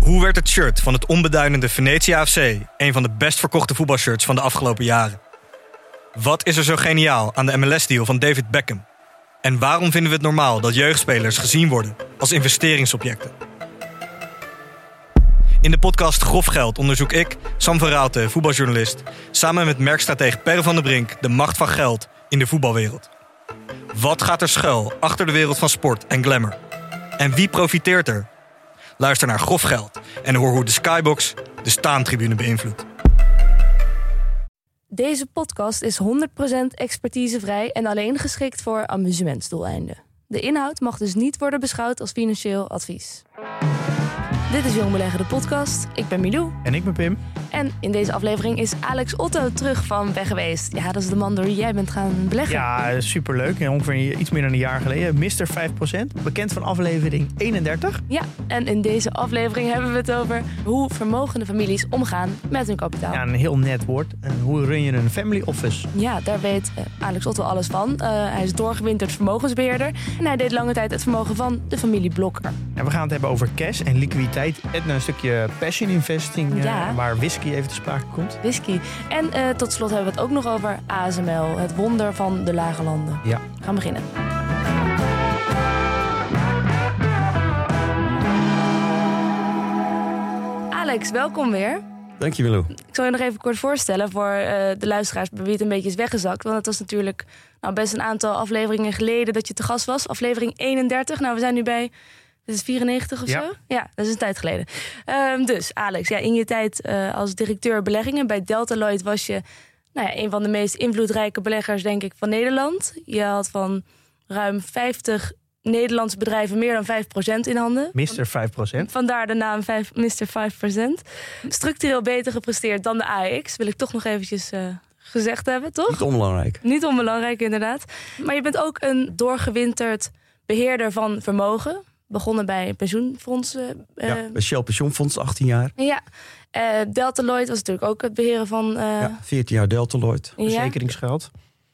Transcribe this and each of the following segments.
Hoe werd het shirt van het onbeduidende Venetia FC een van de best verkochte voetbalshirts van de afgelopen jaren? Wat is er zo geniaal aan de MLS-deal van David Beckham? En waarom vinden we het normaal dat jeugdspelers gezien worden als investeringsobjecten? In de podcast Grof Geld onderzoek ik, Sam van Raalte, voetbaljournalist, samen met merkstratege Per van der Brink de macht van geld in de voetbalwereld. Wat gaat er schuil achter de wereld van sport en glamour? En wie profiteert er? Luister naar Grof Geld en hoor hoe de Skybox de staantribune beïnvloedt. Deze podcast is 100% expertisevrij en alleen geschikt voor amusementsdoeleinden. De inhoud mag dus niet worden beschouwd als financieel advies. Dit is Jong Beleggen, de podcast. Ik ben Milou. En ik ben Pim. En in deze aflevering is Alex Otto terug van weg geweest. Ja, dat is de man door wie jij bent gaan beleggen. Ja, superleuk. Ongeveer iets meer dan een jaar geleden. Mr. 5%, bekend van aflevering 31. Ja, en in deze aflevering hebben we het over hoe vermogende families omgaan met hun kapitaal. Ja, een heel net woord. Hoe run je een family office? Ja, daar weet Alex Otto alles van. Hij is doorgewinterd vermogensbeheerder. En hij deed lange tijd het vermogen van de familie Blokker. En we gaan het hebben over cash en liquiditeit. En een stukje passion investing, waar whisky even te sprake komt. Whisky. En tot slot hebben we het ook nog over ASML, het wonder van de lage landen. Ja. We gaan beginnen. Alex, welkom weer. Dank je, Milou. Ik zal je nog even kort voorstellen voor de luisteraars bij wie het een beetje is weggezakt. Want het was natuurlijk best een aantal afleveringen geleden dat je te gast was. Aflevering 31. Nou, we zijn nu bij... Dit is 94 of zo? Ja, dat is een tijd geleden. Dus Alex, in je tijd als directeur beleggingen bij Delta Lloyd was je een van de meest invloedrijke beleggers, denk ik, van Nederland. Je had van ruim 50 Nederlandse bedrijven meer dan 5% in handen. Mr. 5%. Vandaar de naam Mr. 5%. Structureel beter gepresteerd dan de AEX, wil ik toch nog eventjes gezegd hebben, toch? Niet onbelangrijk. Niet onbelangrijk, inderdaad. Maar je bent ook een doorgewinterd beheerder van vermogen. Begonnen bij pensioenfondsen. Bij Shell Pensioenfonds, 18 jaar. Ja, Delta Lloyd was natuurlijk ook het beheren van... 14 jaar Delta Lloyd. Verzekeringsgeld.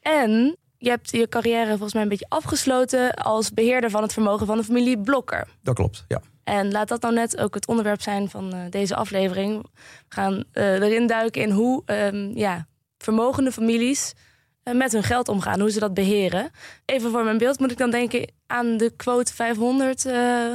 En je hebt je carrière volgens mij een beetje afgesloten als beheerder van het vermogen van de familie Blokker. Dat klopt, ja. En laat dat nou net ook het onderwerp zijn van deze aflevering. We gaan erin duiken in hoe vermogende families met hun geld omgaan, hoe ze dat beheren. Even voor mijn beeld moet ik dan denken aan de quote 500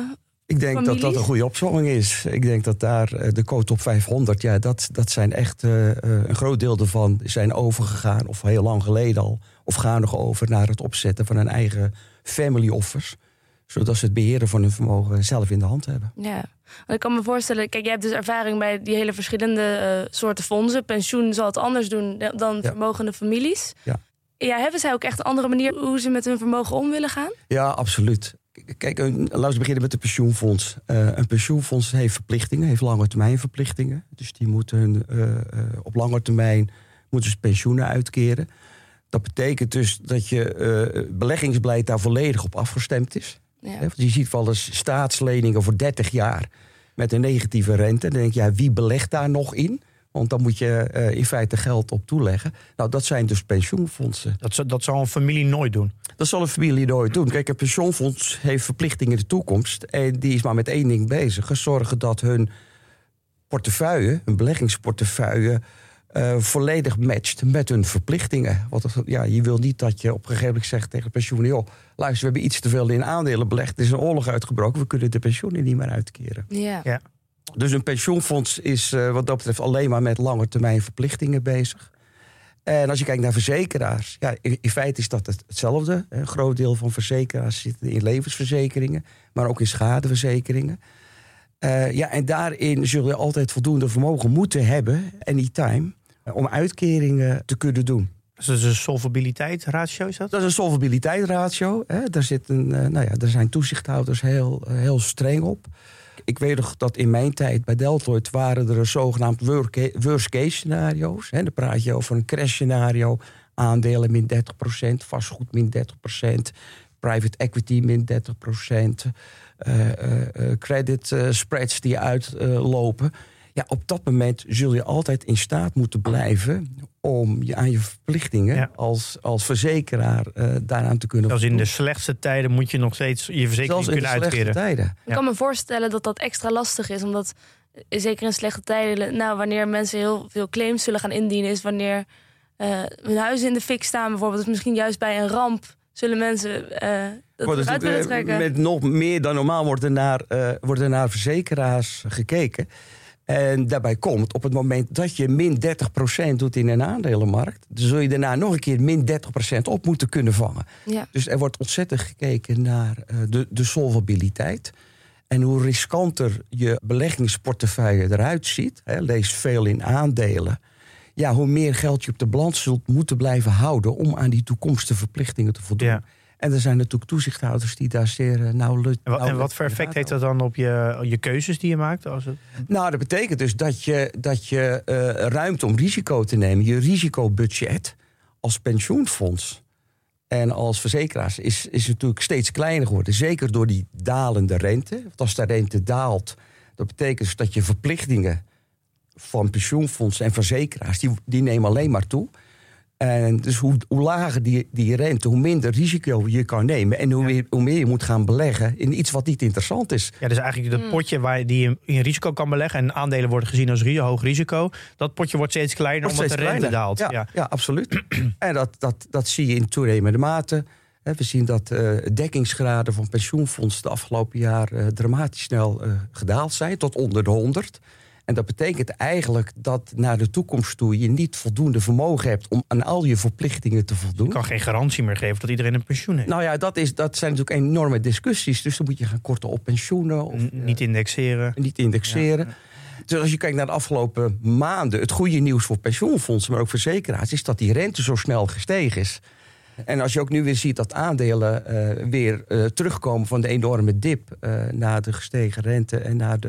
Ik denk families. dat een goede opzomming is. Ik denk dat daar de quote op 500, dat zijn echt een groot deel ervan zijn overgegaan, of heel lang geleden al, of gaan nog over naar het opzetten van een eigen family office, zodat ze het beheren van hun vermogen zelf in de hand hebben. Ja, ik kan me voorstellen, kijk, jij hebt dus ervaring bij die hele verschillende soorten fondsen. Pensioen zal het anders doen dan vermogende families. Ja, hebben zij ook echt een andere manier hoe ze met hun vermogen om willen gaan? Ja, absoluut. Kijk, laten we beginnen met de pensioenfonds. Een pensioenfonds heeft verplichtingen, heeft langetermijnverplichtingen. Dus die moeten op lange termijn moeten ze pensioenen uitkeren. Dat betekent dus dat je beleggingsbeleid daar volledig op afgestemd is. Ja. Want je ziet wel eens staatsleningen voor 30 jaar met een negatieve rente. Dan denk je, wie belegt daar nog in? Want dan moet je in feite geld op toeleggen. Nou, dat zijn dus pensioenfondsen. Dat zal een familie nooit doen. Dat zal een familie nooit doen. Kijk, een pensioenfonds heeft verplichtingen in de toekomst. En die is maar met één ding bezig. Zorgen dat hun portefeuille, hun beleggingsportefeuille, volledig matcht met hun verplichtingen. Want je wil niet dat je op een gegeven moment zegt tegen pensioenen, joh, luister, we hebben iets te veel in aandelen belegd. Er is een oorlog uitgebroken, we kunnen de pensioenen niet meer uitkeren. Ja. Dus een pensioenfonds is wat dat betreft alleen maar met lange termijn verplichtingen bezig. En als je kijkt naar verzekeraars, in feite is dat hetzelfde. Een groot deel van verzekeraars zitten in levensverzekeringen, maar ook in schadeverzekeringen. En daarin zul je altijd voldoende vermogen moeten hebben, anytime, om uitkeringen te kunnen doen. Dus dat is een solvabiliteitsratio, is dat? Dat is een solvabiliteitsratio. Daar zijn toezichthouders heel streng op. Ik weet nog dat in mijn tijd bij Delta Lloyd waren er zogenaamd worst case scenario's. Dan praat je over een crash scenario, aandelen min 30%, vastgoed min 30%, private equity min 30%, credit spreads die uitlopen. Op dat moment zul je altijd in staat moeten blijven om je aan je verplichtingen als verzekeraar daaraan te kunnen voldoen. Zelfs in de slechtste tijden moet je nog steeds je verzekering kunnen uitkeren. Tijden. Ik kan me voorstellen dat dat extra lastig is, omdat zeker in slechte tijden, wanneer mensen heel veel claims zullen gaan indienen, is wanneer hun huizen in de fik staan bijvoorbeeld. Dus misschien juist bij een ramp zullen mensen dat eruit willen trekken. Met nog meer dan normaal wordt er naar verzekeraars gekeken. En daarbij komt, op het moment dat je min 30% doet in een aandelenmarkt, dan zul je daarna nog een keer min 30% op moeten kunnen vangen. Ja. Dus er wordt ontzettend gekeken naar de solvabiliteit. En hoe riskanter je beleggingsportefeuille eruit ziet, lees veel in aandelen, ja, hoe meer geld je op de balans zult moeten blijven houden om aan die toekomstige verplichtingen te voldoen. Ja. En er zijn natuurlijk toezichthouders die daar zeer nauwlettend. En wat voor effect heeft dat dan op je keuzes die je maakt? Nou, dat betekent dus dat je ruimte om risico te nemen, je risicobudget als pensioenfonds en als verzekeraars is natuurlijk steeds kleiner geworden. Zeker door die dalende rente. Want als de rente daalt, dat betekent dus dat je verplichtingen van pensioenfondsen en verzekeraars, die nemen alleen maar toe. En dus hoe lager die rente, hoe minder risico je kan nemen. En hoe meer je moet gaan beleggen in iets wat niet interessant is. Ja, dus eigenlijk dat potje die je in risico kan beleggen, en aandelen worden gezien als hoog risico, dat potje wordt steeds kleiner omdat de rente daalt. Ja, absoluut. En dat zie je in toenemende mate. We zien dat dekkingsgraden van pensioenfondsen de afgelopen jaar dramatisch snel gedaald zijn, tot onder de 100. En dat betekent eigenlijk dat naar de toekomst toe je niet voldoende vermogen hebt om aan al je verplichtingen te voldoen. Je kan geen garantie meer geven dat iedereen een pensioen heeft. Nou ja, dat zijn natuurlijk enorme discussies. Dus dan moet je gaan korten op pensioenen. Of, niet indexeren. Niet indexeren. Ja. Dus als je kijkt naar de afgelopen maanden, het goede nieuws voor pensioenfondsen, maar ook verzekeraars, is dat die rente zo snel gestegen is. En als je ook nu weer ziet dat aandelen weer terugkomen van de enorme dip naar de gestegen rente en naar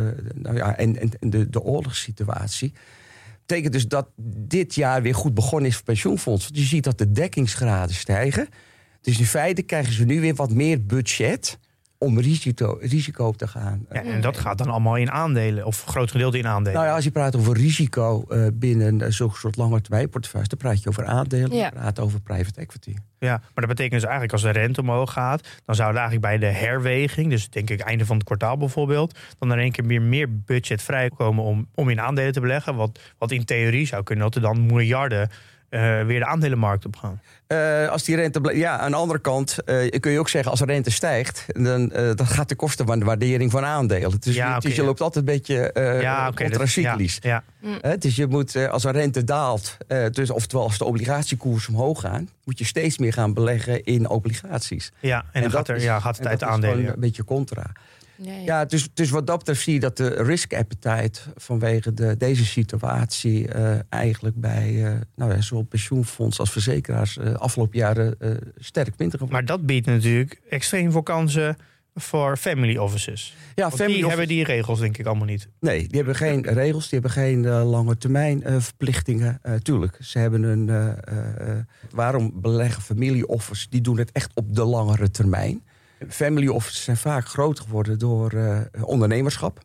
de oorlogssituatie, betekent dus dat dit jaar weer goed begonnen is voor pensioenfondsen. Dus je ziet dat de dekkingsgraden stijgen. Dus in feite krijgen ze nu weer wat meer budget om risico te gaan. Ja, en dat gaat dan allemaal in aandelen, of een groot gedeelte in aandelen? Nou ja, als je praat over risico binnen zo'n soort langetermijnportefeuilles, dan praat je over aandelen, je praat over private equity. Ja, maar dat betekent dus eigenlijk als de rente omhoog gaat, dan zou er eigenlijk bij de herweging, dus denk ik einde van het kwartaal bijvoorbeeld, dan in één keer meer budget vrijkomen om in aandelen te beleggen. Wat in theorie zou kunnen dat er dan miljarden weer de aandelenmarkt op gaan. Als die rente aan de andere kant kun je ook zeggen, als de rente stijgt, dan dat gaat ten koste van de waardering van aandelen. Dus, dus je loopt altijd een beetje contracyclisch. Dus je moet, als een rente daalt, oftewel als de obligatiekoers omhoog gaan, moet je steeds meer gaan beleggen in obligaties. Ja, en dan gaat het uit de aandelen. Dat is een beetje contra. Ja, dus wat dat betreft zie je dat de risk appetite vanwege deze situatie eigenlijk bij zowel pensioenfonds als verzekeraars afgelopen jaren sterk minder. Maar dat biedt natuurlijk extreem veel kansen voor family offices. Ja, die hebben die regels denk ik allemaal niet. Nee, die hebben geen regels, die hebben geen lange termijn verplichtingen. Tuurlijk, ze hebben waarom beleggen family offices? Die doen het echt op de langere termijn. Family offices zijn vaak groot geworden door ondernemerschap.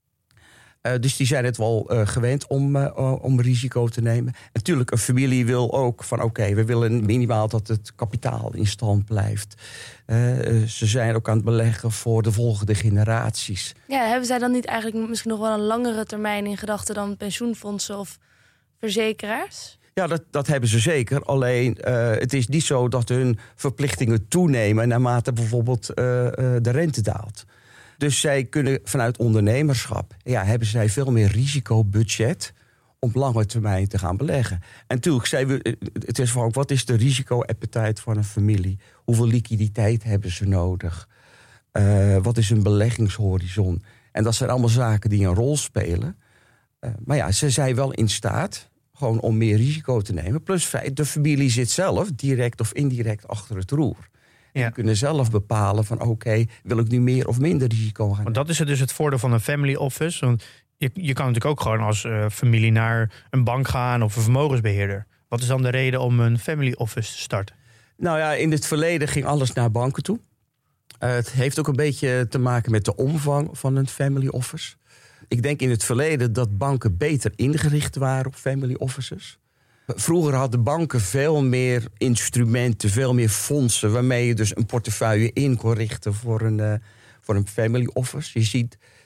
Dus die zijn het wel gewend om risico te nemen. Natuurlijk, een familie wil ook van we willen minimaal dat het kapitaal in stand blijft. Ze zijn ook aan het beleggen voor de volgende generaties. Ja, hebben zij dan niet eigenlijk misschien nog wel een langere termijn in gedachten dan pensioenfondsen of verzekeraars? Ja, dat hebben ze zeker. Alleen het is niet zo dat hun verplichtingen toenemen naarmate bijvoorbeeld de rente daalt. Dus zij kunnen vanuit ondernemerschap, hebben zij veel meer risicobudget om op lange termijn te gaan beleggen. En natuurlijk, het is van wat is de risico-appetite van een familie? Hoeveel liquiditeit hebben ze nodig? Wat is hun beleggingshorizon? En dat zijn allemaal zaken die een rol spelen. Maar ze zijn wel in staat gewoon om meer risico te nemen. Plus de familie zit zelf, direct of indirect, achter het roer. Ja. Die kunnen zelf bepalen van wil ik nu meer of minder risico gaan. Want dat is dus het voordeel van een family office. Want je kan natuurlijk ook gewoon als familie naar een bank gaan of een vermogensbeheerder. Wat is dan de reden om een family office te starten? Nou ja, in het verleden ging alles naar banken toe. Het heeft ook een beetje te maken met de omvang van een family office. Ik denk in het verleden dat banken beter ingericht waren op family offices. Vroeger hadden banken veel meer instrumenten, veel meer fondsen, waarmee je dus een portefeuille in kon richten voor een family office. Je ziet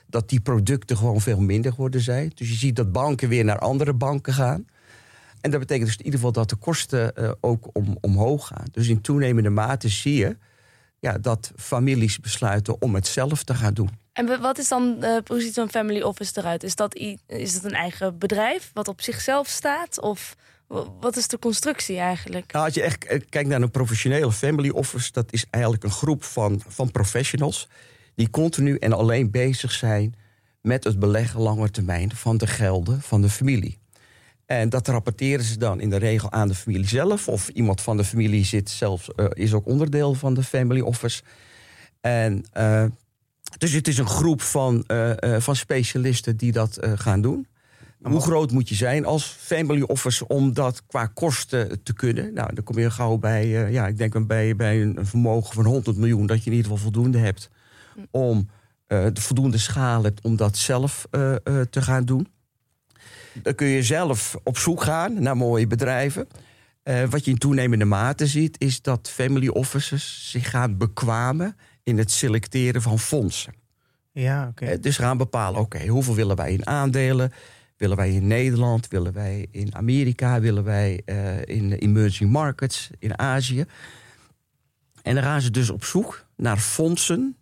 dat die producten gewoon veel minder geworden zijn. Dus je ziet dat banken weer naar andere banken gaan. En dat betekent dus in ieder geval dat de kosten ook omhoog gaan. Dus in toenemende mate zie je dat families besluiten om het zelf te gaan doen. En wat is dan de positie van family office eruit? Is dat een eigen bedrijf wat op zichzelf staat? Of wat is de constructie eigenlijk? Nou, als je echt kijkt naar een professionele family office, dat is eigenlijk een groep van professionals die continu en alleen bezig zijn met het beleggen lange termijn van de gelden van de familie. En dat rapporteren ze dan in de regel aan de familie zelf. Of iemand van de familie is ook onderdeel van de family office. En dus het is een groep van specialisten die dat gaan doen. Hoe groot moet je zijn als family office om dat qua kosten te kunnen? Nou, dan kom je gauw bij, ik denk bij een vermogen van 100 miljoen... dat je in ieder geval voldoende hebt om de voldoende schaal hebt om dat zelf te gaan doen. Dan kun je zelf op zoek gaan naar mooie bedrijven. Wat je in toenemende mate ziet, is dat family offices zich gaan bekwamen in het selecteren van fondsen. Ja, oké. Dus gaan bepalen, hoeveel willen wij in aandelen? Willen wij in Nederland? Willen wij in Amerika? Willen wij in emerging markets, in Azië? En dan gaan ze dus op zoek naar fondsen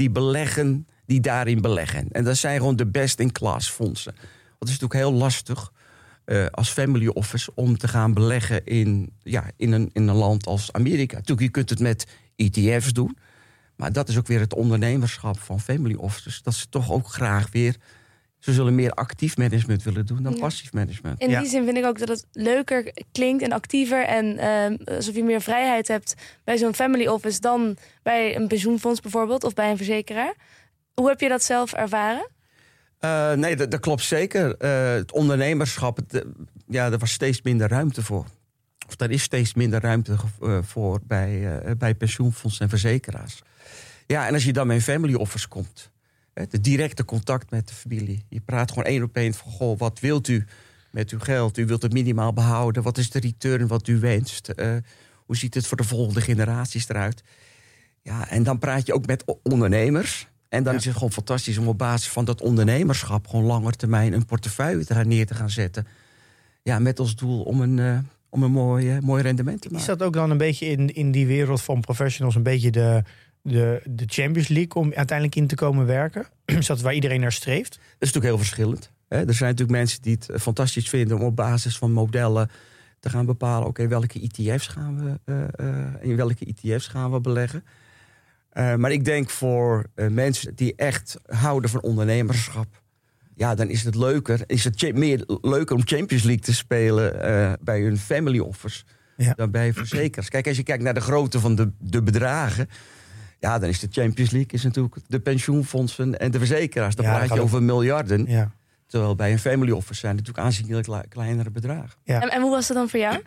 die daarin beleggen. En dat zijn gewoon de best-in-class fondsen. Dat is natuurlijk heel lastig als family office om te gaan beleggen in een land als Amerika. Natuurlijk, je kunt het met ETF's doen. Maar dat is ook weer het ondernemerschap van family offices. Dat ze toch ook graag weer... Ze zullen meer actief management willen doen dan passief management. In die zin vind ik ook dat het leuker klinkt en actiever. En alsof je meer vrijheid hebt bij zo'n family office dan bij een pensioenfonds bijvoorbeeld. Of bij een verzekeraar. Hoe heb je dat zelf ervaren? Nee, dat klopt zeker. Het ondernemerschap, er was steeds minder ruimte voor. Of daar is steeds minder ruimte voor bij pensioenfondsen en verzekeraars. Ja, en als je dan bij een family office komt... de directe contact met de familie. Je praat gewoon 1 op 1 van... Goh, wat wilt u met uw geld? U wilt het minimaal behouden. Wat is de return wat u wenst? Hoe ziet het voor de volgende generaties eruit? Ja, en dan praat je ook met ondernemers... En dan is het gewoon fantastisch om op basis van dat ondernemerschap... gewoon langer termijn een portefeuille neer te gaan zetten. Ja, met als doel om een mooi rendement te maken. Is dat ook dan een beetje in die wereld van professionals... een beetje de Champions League om uiteindelijk in te komen werken? Is dat waar iedereen naar streeft? Dat is natuurlijk heel verschillend. Er zijn natuurlijk mensen die het fantastisch vinden... om op basis van modellen te gaan bepalen... welke ETF's in welke ETF's gaan we beleggen... Maar ik denk voor mensen die echt houden van ondernemerschap... ja, dan is het leuker. Is het meer leuker om Champions League te spelen bij een family office... dan bij verzekeraars. Kijk, als je kijkt naar de grootte van de bedragen... ja, dan is de Champions League is natuurlijk de pensioenfondsen en de verzekeraars. Dan praat je over miljarden. Ja. Terwijl bij een family office zijn het natuurlijk aanzienlijk kleinere bedragen. Ja. En hoe was dat dan voor jou?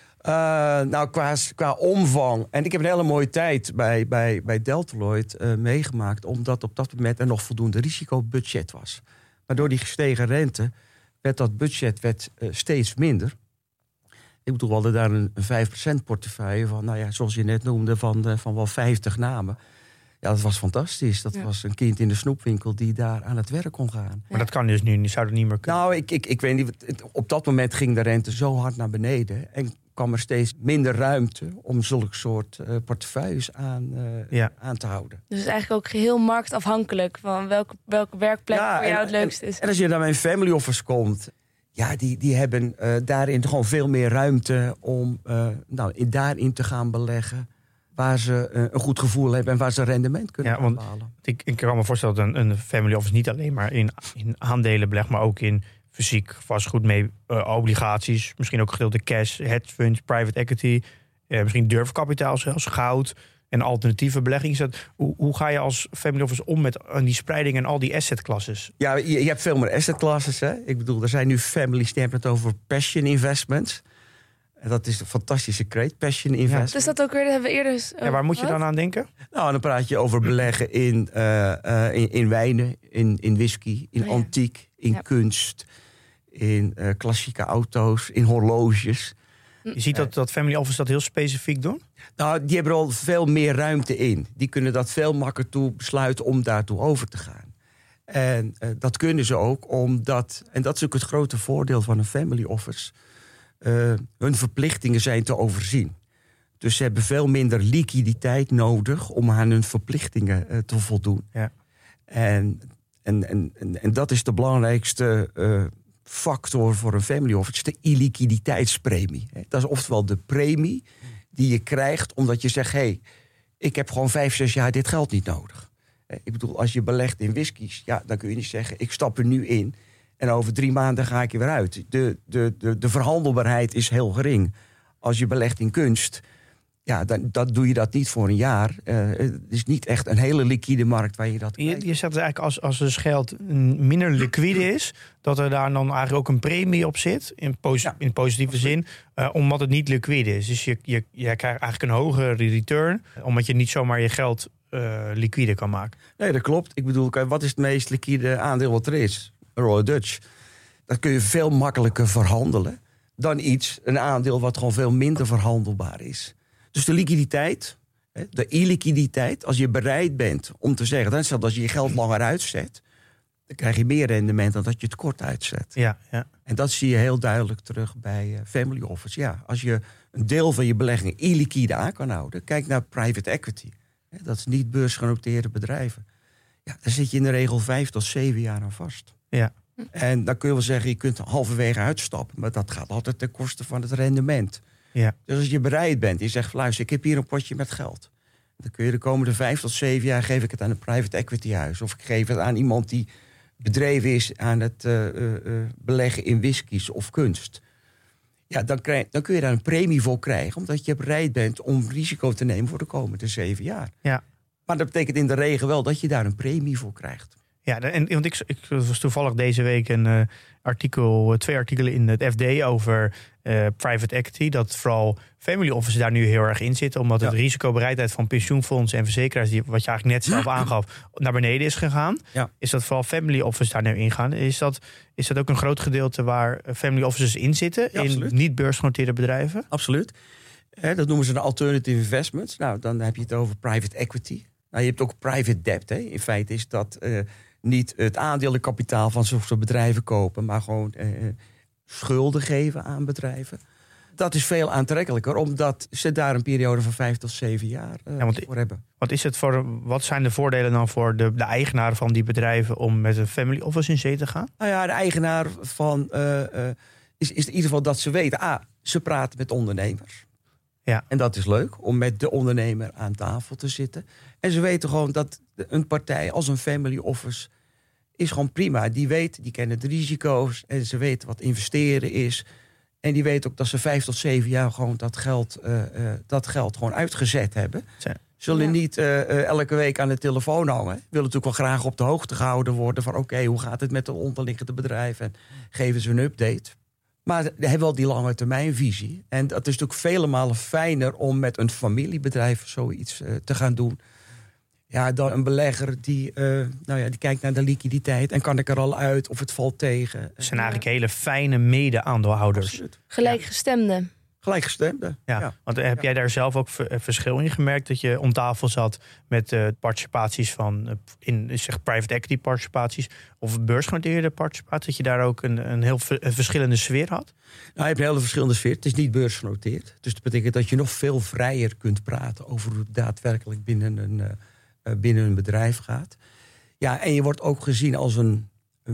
Qua omvang. En ik heb een hele mooie tijd bij Deltaloid meegemaakt... omdat op dat moment er nog voldoende risicobudget was. Maar door die gestegen rente werd dat budget steeds minder. Ik bedoel, we hadden daar een 5% portefeuille van... zoals je net noemde, van wel 50 namen. Ja, dat was fantastisch. Dat was een kind in de snoepwinkel die daar aan het werk kon gaan. Maar dat kan dus nu, zou dat niet meer kunnen? Nou, ik weet niet. Op dat moment ging de rente zo hard naar beneden... en kwam er steeds minder ruimte om zulke soort portefeuilles aan te houden. Dus het is eigenlijk ook geheel marktafhankelijk... van welke werkplek voor jou het leukst is. En als je dan bij een family office komt... ja, die hebben daarin gewoon veel meer ruimte om daarin te gaan beleggen... waar ze een goed gevoel hebben en waar ze rendement kunnen behalen. Ik kan me voorstellen dat een family office niet alleen maar in aandelen belegt... maar ook in fysiek vastgoed, obligaties, misschien ook gedeelte cash, hedge funds, private equity, misschien durfkapitaal zelfs, goud en alternatieve beleggingen. Hoe ga je als family office om met die spreiding en al die assetklasses? Ja, je hebt veel meer assetklasses. Hè? Ik bedoel, er zijn nu families die hebben het over passion investments. En dat is een fantastische kreet, passion investments. Dus dat ook weer, dat hebben we eerder... waar moet je dan aan denken? Nou, dan praat je over beleggen in wijnen, in whisky, in antiek, in kunst... in klassieke auto's, in horloges. Je ziet dat family office dat heel specifiek doen? Nou, die hebben er al veel meer ruimte in. Die kunnen dat veel makkelijker besluiten om daartoe over te gaan. En dat kunnen ze ook omdat, en dat is ook het grote voordeel van een family office, hun verplichtingen zijn te overzien. Dus ze hebben veel minder liquiditeit nodig om aan hun verplichtingen te voldoen. Ja. En dat is de belangrijkste factor voor een family office, de illiquiditeitspremie. Dat is oftewel de premie die je krijgt omdat je zegt, hey, ik heb gewoon 5-6 jaar dit geld niet nodig. Ik bedoel, als je belegt in whiskies, ja, dan kun je niet zeggen, ik stap er nu in en over 3 maanden ga ik er weer uit. De verhandelbaarheid is heel gering. Als je belegt in kunst, ja, dan doe je dat niet voor een jaar. Het is niet echt een hele liquide markt waar je dat krijgt. Je zegt eigenlijk als dus geld minder liquide is, dat er daar dan eigenlijk ook een premie op zit, in positieve zin, omdat het niet liquide is. Dus je krijgt eigenlijk een hogere return, omdat je niet zomaar je geld liquide kan maken. Nee, dat klopt. Ik bedoel, wat is het meest liquide aandeel wat er is? Royal Dutch. Dat kun je veel makkelijker verhandelen dan een aandeel wat gewoon veel minder verhandelbaar is. Dus de liquiditeit, de illiquiditeit, als je bereid bent om te zeggen, dan als je je geld langer uitzet, dan krijg je meer rendement dan dat je het kort uitzet. Ja. En dat zie je heel duidelijk terug bij family office. Ja, als je een deel van je belegging illiquide aan kan houden, kijk naar private equity. Dat is niet beursgenoteerde bedrijven. Ja, daar zit je in de regel 5 tot 7 jaar aan vast. Ja. En dan kun je wel zeggen, je kunt halverwege uitstappen, maar dat gaat altijd ten koste van het rendement. Ja. Dus als je bereid bent, je zegt, luister, ik heb hier een potje met geld. Dan kun je de komende 5 tot 7 jaar geef ik het aan een private equity huis. Of ik geef het aan iemand die bedreven is aan het beleggen in whiskies of kunst. Ja, dan kun je daar een premie voor krijgen, omdat je bereid bent om risico te nemen voor de komende 7 jaar. Ja. Maar dat betekent in de regel wel dat je daar een premie voor krijgt. Ja, want ik was toevallig deze week 2 artikelen in het FD over private equity. Dat vooral family offices daar nu heel erg in zitten. Omdat het risicobereidheid van pensioenfondsen en verzekeraars, wat je eigenlijk net zelf aangaf, naar beneden is gegaan. Ja. Is dat vooral family offices daar nu ingaan? Is dat ook een groot gedeelte waar family offices in zitten? Ja, in niet beursgenoteerde bedrijven? Absoluut. Dat noemen ze de alternative investments. Nou, dan heb je het over private equity. Nou, je hebt ook private debt. Hè. In feite is dat niet het aandelenkapitaal van zo'n soort bedrijven kopen, maar gewoon schulden geven aan bedrijven. Dat is veel aantrekkelijker, omdat ze daar een periode van 5 tot 7 jaar voor hebben. Wat zijn de voordelen dan voor de eigenaren van die bedrijven om met een family office in zee te gaan? Nou ja, de eigenaar van is in ieder geval dat ze weten, ze praten met ondernemers. Ja. En dat is leuk, om met de ondernemer aan tafel te zitten. En ze weten gewoon dat een partij als een family office is gewoon prima. Die kennen de risico's en ze weten wat investeren is. En die weten ook dat ze 5 tot 7 jaar gewoon dat geld gewoon uitgezet hebben. Zullen niet elke week aan de telefoon hangen. Willen natuurlijk wel graag op de hoogte gehouden worden van oké, hoe gaat het met het onderliggende bedrijf? En geven ze een update. Maar ze hebben wel die lange termijnvisie. En dat is natuurlijk vele malen fijner om met een familiebedrijf zoiets te gaan doen. Ja, dan een belegger die kijkt naar de liquiditeit. En kan ik er al uit of het valt tegen. Het zijn eigenlijk hele fijne mede-aandeelhouders. Absoluut. Gelijkgestemden. Gelijkgestemde. Ja. Want heb jij daar zelf ook verschil in gemerkt? Dat je om tafel zat met participaties van private equity participaties of beursgenoteerde participaties, dat je daar ook een heel verschillende sfeer had? Nou, je hebt een hele verschillende sfeer. Het is niet beursgenoteerd. Dus dat betekent dat je nog veel vrijer kunt praten over hoe het daadwerkelijk binnen een bedrijf gaat. Ja, en je wordt ook gezien als een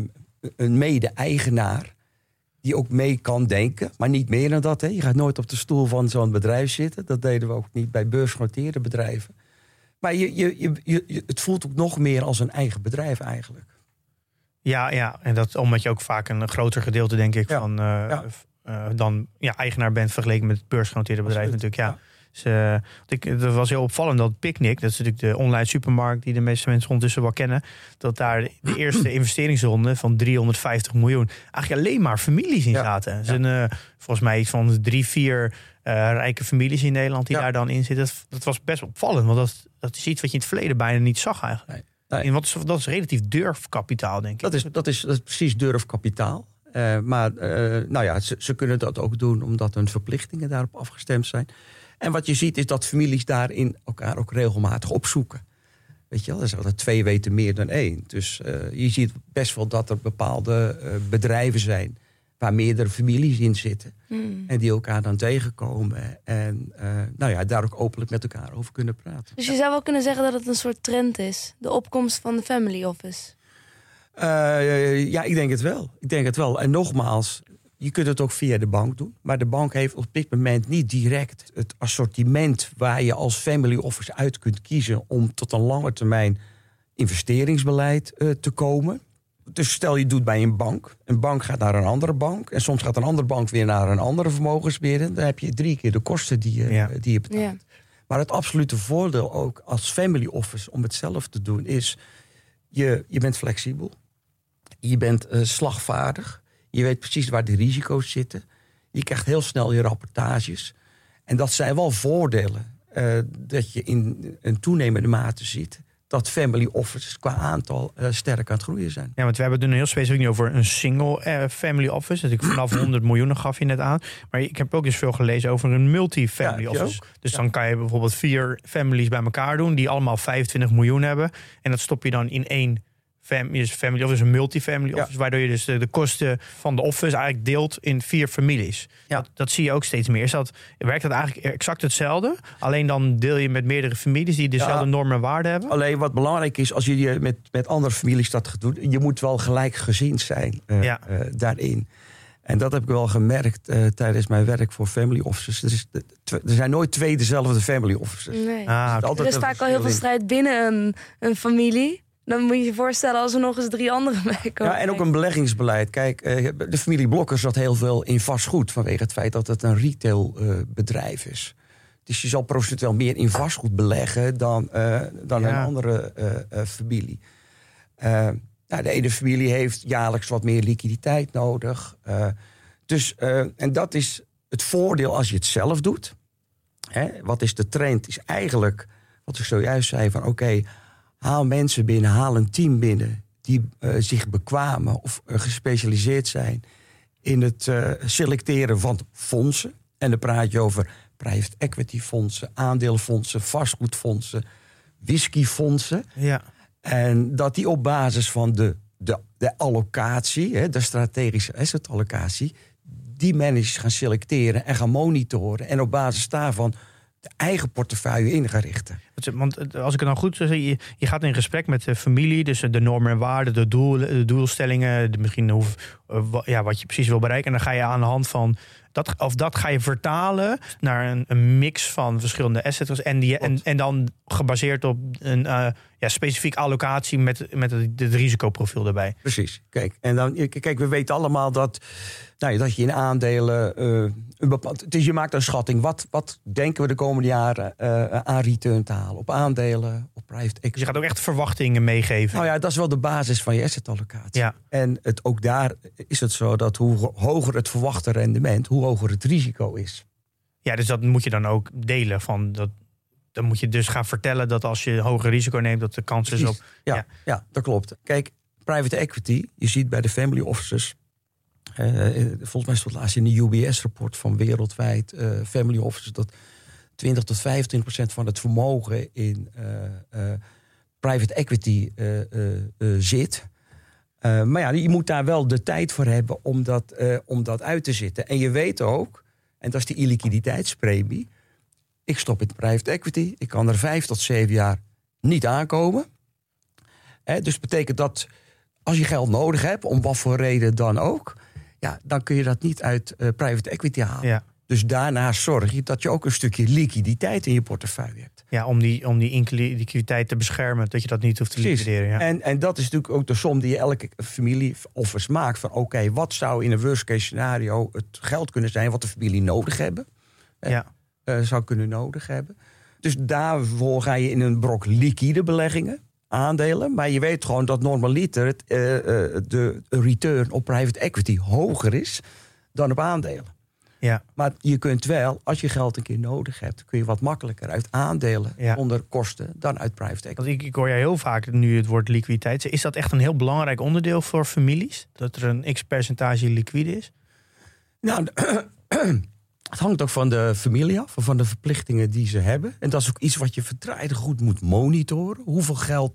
mede-eigenaar die ook mee kan denken, maar niet meer dan dat. Hè. Je gaat nooit op de stoel van zo'n bedrijf zitten. Dat deden we ook niet bij beursgenoteerde bedrijven. Maar het voelt ook nog meer als een eigen bedrijf eigenlijk. Ja, en dat omdat je ook vaak een groter gedeelte, denk ik, dan eigenaar bent vergeleken met het beursgenoteerde bedrijf. Absoluut. Natuurlijk. Ja. Dus, dat was heel opvallend dat Picnic, dat is natuurlijk de online supermarkt die de meeste mensen ondertussen wel kennen, dat daar de eerste investeringsronde van 350 miljoen eigenlijk alleen maar families in zaten. Er zijn volgens mij iets van 3-4 rijke families in Nederland die daar dan in zitten. Dat was best opvallend, want dat is iets wat je in het verleden bijna niet zag eigenlijk. Nee. En dat is relatief durfkapitaal, denk ik. Dat is precies durfkapitaal. Maar ze kunnen dat ook doen omdat hun verplichtingen daarop afgestemd zijn. En wat je ziet is dat families daarin elkaar ook regelmatig opzoeken. Weet je wel, dus dat 2 weten meer dan 1. Dus je ziet best wel dat er bepaalde bedrijven zijn waar meerdere families in zitten. En die elkaar dan tegenkomen. En daar ook openlijk met elkaar over kunnen praten. Dus je zou wel kunnen zeggen dat het een soort trend is. De opkomst van de family office. Ik denk het wel. En nogmaals, je kunt het ook via de bank doen. Maar de bank heeft op dit moment niet direct het assortiment waar je als family office uit kunt kiezen om tot een lange termijn investeringsbeleid te komen. Dus stel je doet bij een bank. Een bank gaat naar een andere bank. En soms gaat een andere bank weer naar een andere vermogensbeheerder. Dan heb je 3 keer de kosten die je betaalt. Ja. Maar het absolute voordeel ook als family office om het zelf te doen is... Je bent flexibel. Je bent slagvaardig. Je weet precies waar de risico's zitten. Je krijgt heel snel je rapportages. En dat zijn wel voordelen. Dat je in een toenemende mate ziet dat family offices qua aantal sterk aan het groeien zijn. Ja, want we hebben het nu heel specifiek niet over een single family office. Dat ik vanaf 100 miljoen gaf je net aan. Maar ik heb ook eens veel gelezen over een multi-family office. Dus dan kan je bijvoorbeeld 4 families bij elkaar doen die allemaal 25 miljoen hebben. En dat stop je dan in 1 family office, een multifamily office, waardoor je dus de kosten van de office eigenlijk deelt in 4 families. Ja. Dat zie je ook steeds meer. Werkt dat eigenlijk exact hetzelfde? Alleen dan deel je met meerdere families die dezelfde normen en waarden hebben? Alleen wat belangrijk is, als je met andere families dat gaat doen, je moet wel gelijkgezind zijn daarin. En dat heb ik wel gemerkt tijdens mijn werk voor family offices. Er zijn nooit 2 dezelfde family offices. Nee. Er is vaak al heel veel strijd binnen een familie. Dan moet je je voorstellen als er nog eens 3 anderen bij komen. Ja, en ook een beleggingsbeleid. Kijk, de familie Blokker zat heel veel in vastgoed vanwege het feit dat het een retailbedrijf is. Dus je zal procentueel meer in vastgoed beleggen dan een andere familie. De ene familie heeft jaarlijks wat meer liquiditeit nodig. En dat is het voordeel als je het zelf doet. Wat is de trend? Is eigenlijk, wat ik zojuist zei, van oké, haal mensen binnen, haal een team binnen die zich bekwamen of gespecialiseerd zijn in het selecteren van fondsen. En dan praat je over private equity fondsen, aandelenfondsen, vastgoedfondsen, whiskyfondsen. Ja. En dat die op basis van de allocatie, de strategische assetallocatie, die managers gaan selecteren en gaan monitoren. En op basis daarvan de eigen portefeuille in gaan richten. Want als ik het nou goed zeg, je gaat in gesprek met de familie, dus de normen en waarden, de doelstellingen, misschien wat je precies wil bereiken. En dan ga je aan de hand van dat ga je vertalen naar een mix van verschillende assets en dan gebaseerd op een specifiek allocatie met het risicoprofiel erbij. Precies. Kijk, en dan we weten allemaal dat je in aandelen een bepaald. Dus je maakt een schatting. Wat denken we de komende jaren aan return te halen op aandelen, op private equity? Dus je gaat ook echt verwachtingen meegeven. Nou ja, dat is wel de basis van je assetallocatie. Ja. En ook daar is het zo dat hoe hoger het verwachte rendement, hoe hoger het risico is. Ja, dus dat moet je dan ook delen van dat. Dan moet je dus gaan vertellen dat als je hoger risico neemt, dat de kans is op. Ja, dat klopt. Kijk, private equity, je ziet bij de family offices. Volgens mij stond laatst in de UBS-rapport van wereldwijd family offices dat 20% tot 25% van het vermogen in private equity zit. Maar je moet daar wel de tijd voor hebben om dat uit te zitten. En je weet ook, en dat is die illiquiditeitspremie. Ik stop in de private equity. Ik kan er 5 tot 7 jaar niet aankomen. Dus betekent dat als je geld nodig hebt, om wat voor reden dan ook, dan kun je dat niet uit private equity halen. Ja. Dus daarna zorg je dat je ook een stukje liquiditeit in je portefeuille hebt. Ja, om die liquiditeit te beschermen, dat je dat niet hoeft te liquideren. Ja. En dat is natuurlijk ook de som die elke familie office maakt. Van oké, wat zou in een worst case scenario het geld kunnen zijn wat de familie nodig hebben? Zou kunnen nodig hebben. Dus daarvoor ga je in een brok liquide beleggingen, aandelen. Maar je weet gewoon dat normaliter de return op private equity hoger is dan op aandelen. Ja. Maar je kunt wel, als je geld een keer nodig hebt, kun je wat makkelijker uit aandelen onder kosten dan uit private equity. Want ik hoor jij heel vaak nu het woord liquiditeit. Is dat echt een heel belangrijk onderdeel voor families? Dat er een x-percentage liquide is? Nou, Het hangt ook van de familie af, van de verplichtingen die ze hebben. En dat is ook iets wat je verdraaid goed moet monitoren. Hoeveel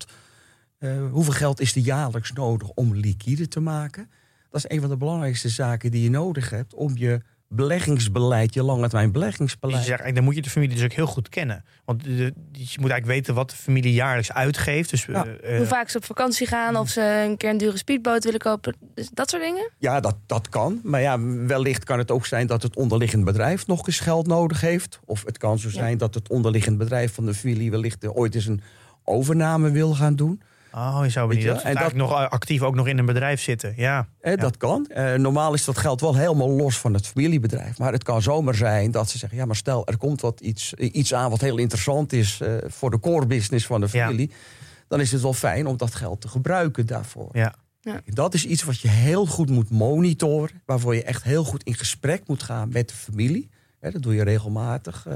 geld is er jaarlijks nodig om liquide te maken? Dat is een van de belangrijkste zaken die je nodig hebt om je beleggingsbeleid, je langetermijn beleggingsbeleid. Dus je zegt, dan moet je de familie dus ook heel goed kennen. Want je moet eigenlijk weten wat de familie jaarlijks uitgeeft. Dus, hoe vaak ze op vakantie gaan, of ze een keer een dure speedboot willen kopen. Dus dat soort dingen? Ja, dat kan. Maar ja, wellicht kan het ook zijn dat het onderliggend bedrijf nog eens geld nodig heeft. Of het kan zo zijn dat het onderliggend bedrijf van de familie wellicht ooit eens een overname wil gaan doen. Oh, je zou niet dat eigenlijk nog actief ook nog in een bedrijf zitten. Ja. Dat kan. Normaal is dat geld wel helemaal los van het familiebedrijf. Maar het kan zomaar zijn dat ze zeggen, ja, maar stel er komt iets aan wat heel interessant is voor de core business van de familie. Ja. Dan is het wel fijn om dat geld te gebruiken daarvoor. Ja. Ja. Dat is iets wat je heel goed moet monitoren. Waarvoor je echt heel goed in gesprek moet gaan met de familie. Dat doe je regelmatig.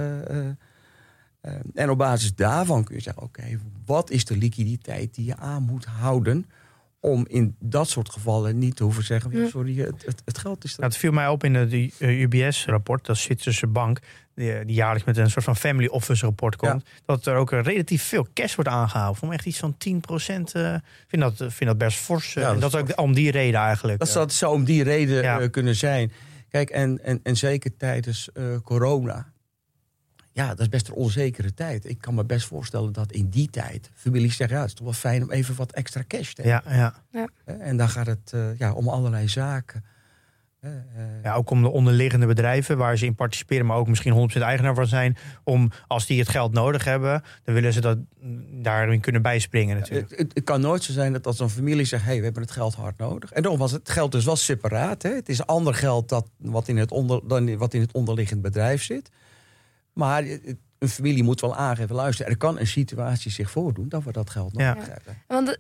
En op basis daarvan kun je zeggen, oké, wat is de liquiditeit die je aan moet houden om in dat soort gevallen niet te hoeven zeggen, sorry, het geld is er. Nou, het viel mij op in de UBS-rapport, dat Zwitserse bank, die jaarlijks met een soort van family office rapport komt, dat er ook relatief veel cash wordt aangehouden. Om echt iets van 10%. Vind dat best fors. En dat is ook om die reden eigenlijk. Dat zou om die reden kunnen zijn. Kijk, en zeker tijdens corona. Ja, dat is best een onzekere tijd. Ik kan me best voorstellen dat in die tijd families zeggen, ja, het is toch wel fijn om even wat extra cash te hebben. Ja. En dan gaat het om allerlei zaken. Ook om de onderliggende bedrijven waar ze in participeren, maar ook misschien 100% eigenaar van zijn. Om als die het geld nodig hebben, dan willen ze dat daarin kunnen bijspringen natuurlijk. Het kan nooit zo zijn dat als een familie zegt, we hebben het geld hard nodig. En nogmaals, het geld is wel separaat. Hè? Het is ander geld wat in het onderliggend bedrijf zit. Maar een familie moet wel aangeven, luister, er kan een situatie zich voordoen dat we dat geld nodig hebben. Want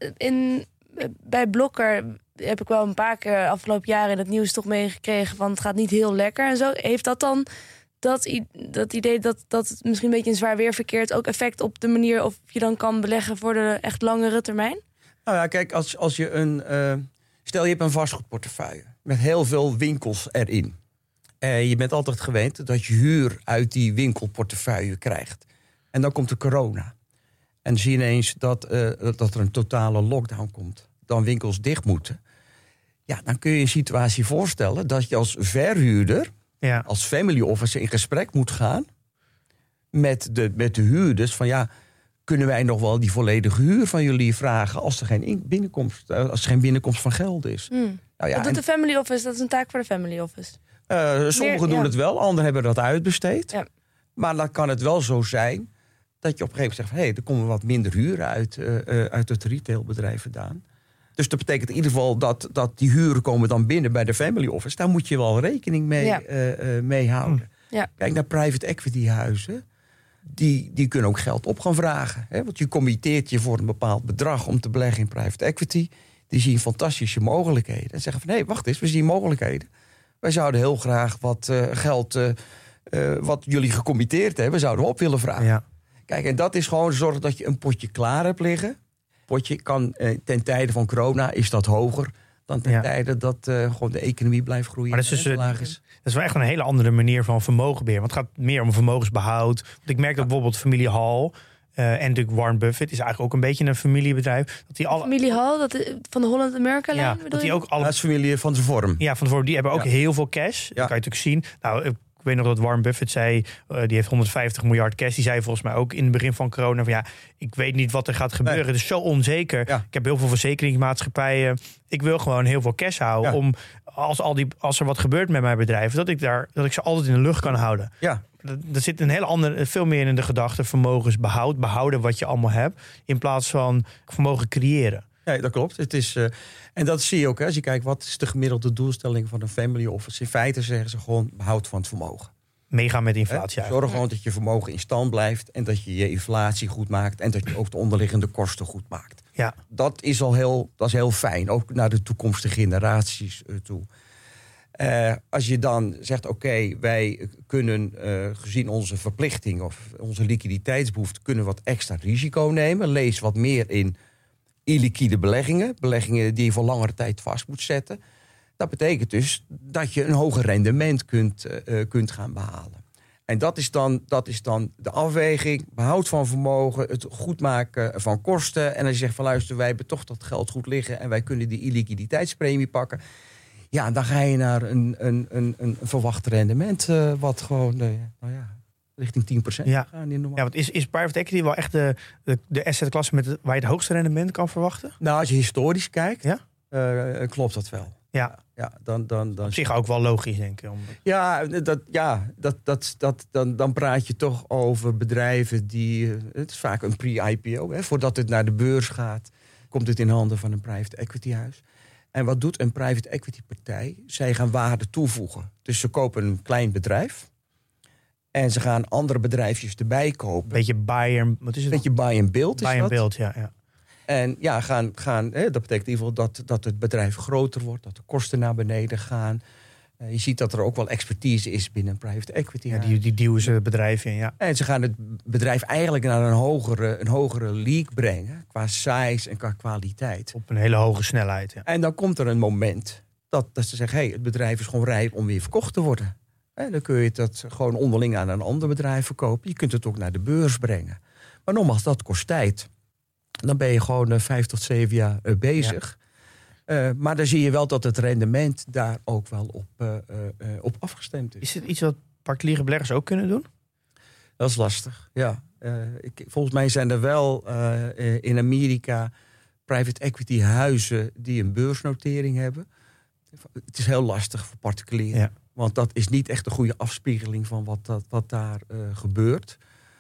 bij Blokker heb ik wel een paar keer afgelopen jaren in het nieuws toch meegekregen van het gaat niet heel lekker en zo. Heeft dat dan dat idee dat het misschien een beetje in zwaar weer verkeert ook effect op de manier of je dan kan beleggen voor de echt langere termijn? Nou ja, kijk, als je stel je hebt een vastgoedportefeuille met heel veel winkels erin. Je bent altijd gewend dat je huur uit die winkelportefeuille krijgt. En dan komt de corona. En zie je ineens dat er een totale lockdown komt. Dan winkels dicht moeten. Ja, dan kun je een situatie voorstellen dat je als verhuurder, als family officer in gesprek moet gaan met de huurders van kunnen wij nog wel die volledige huur van jullie vragen als er geen binnenkomst van geld is. Dat doet de family office, dat is een taak voor de family office. Sommigen doen het wel, anderen hebben dat uitbesteed. Ja. Maar dan kan het wel zo zijn dat je op een gegeven moment zegt, er komen wat minder huren uit het retailbedrijf vandaan. Dus dat betekent in ieder geval dat die huren komen dan binnen bij de family office. Daar moet je wel rekening mee houden. Ja. Kijk naar private equity huizen. Die kunnen ook geld op gaan vragen. Hè? Want je committeert je voor een bepaald bedrag om te beleggen in private equity. Die zien fantastische mogelijkheden. En zeggen van, wacht eens, we zien mogelijkheden. Wij zouden heel graag wat geld wat jullie gecommitteerd hebben, zouden we op willen vragen. Ja. Kijk, en dat is gewoon zorgen dat je een potje klaar hebt liggen. Potje kan ten tijde van corona is dat hoger dan ten tijde dat gewoon de economie blijft groeien. Maar dat is wel echt een hele andere manier van vermogenbeheer. Want het gaat meer om vermogensbehoud. Want ik merk dat bijvoorbeeld familie Hall en natuurlijk Warren Buffett is eigenlijk ook een beetje een familiebedrijf. Familie Hall, van de Holland America lijn, bedoel dat die ook dat is familie van de Vorm. Ja, van de Vorm. Die hebben ook heel veel cash. Dat kan je natuurlijk zien. Nou, ik weet nog dat Warren Buffett zei, die heeft 150 miljard cash. Die zei volgens mij ook in het begin van corona van ik weet niet wat er gaat gebeuren. Het is zo onzeker. Ja. Ik heb heel veel verzekeringsmaatschappijen. Ik wil gewoon heel veel cash houden om als er wat gebeurt met mijn bedrijf, dat ik ze altijd in de lucht kan houden. Ja. Er zit een hele andere, veel meer in de gedachte behouden wat je allemaal hebt, in plaats van vermogen creëren. Ja, dat klopt. Het is, en dat zie je ook. Hè. Als je kijkt, wat is de gemiddelde doelstelling van een family office? In feite zeggen ze gewoon behoud van het vermogen. Meegaan met inflatie. Zorg gewoon dat je vermogen in stand blijft en dat je je inflatie goed maakt en dat je ook de onderliggende kosten goed maakt. Ja. Dat is heel fijn, ook naar de toekomstige generaties toe. Als je dan zegt, oké, wij kunnen gezien onze verplichting of onze liquiditeitsbehoefte kunnen wat extra risico nemen. Lees wat meer in illiquide beleggingen. Beleggingen die je voor langere tijd vast moet zetten. Dat betekent dus dat je een hoger rendement kunt gaan behalen. En dat is dan de afweging, behoud van vermogen, het goed maken van kosten. En als je zegt van luister, wij hebben toch dat geld goed liggen en wij kunnen die illiquiditeitspremie pakken. Ja, dan ga je naar een verwacht rendement wat gewoon richting 10% gaan. Ja, want is private equity wel echt de assetklasse waar je het hoogste rendement kan verwachten? Nou, als je historisch kijkt, klopt dat wel. Ja. Dan op zich ook wel logisch, denk ik. Dan praat je toch over bedrijven die... Het is vaak een pre-IPO. Voordat het naar de beurs gaat, komt het in handen van een private equity huis. En wat doet een private equity partij? Zij gaan waarde toevoegen. Dus ze kopen een klein bedrijf. En ze gaan andere bedrijfjes erbij kopen. Beetje buy and build. Buy and build, ja. En dat betekent in ieder geval dat het bedrijf groter wordt, dat de kosten naar beneden gaan. Je ziet dat er ook wel expertise is binnen een private equity. Ja, die duwen ze het bedrijf in, ja. En ze gaan het bedrijf eigenlijk naar een hogere league brengen, qua size en qua kwaliteit. Op een hele hoge snelheid, ja. En dan komt er een moment dat ze zeggen, het bedrijf is gewoon rijp om weer verkocht te worden. En dan kun je dat gewoon onderling aan een ander bedrijf verkopen. Je kunt het ook naar de beurs brengen. Maar nogmaals, dat kost tijd. Dan ben je gewoon 5 tot 7 jaar bezig. Ja. Maar dan zie je wel dat het rendement daar ook wel op afgestemd is. Is het iets wat particuliere beleggers ook kunnen doen? Dat is lastig, ja. Volgens mij zijn er wel in Amerika private equity huizen die een beursnotering hebben. Het is heel lastig voor particulieren. Ja. Want dat is niet echt een goede afspiegeling van wat daar gebeurt.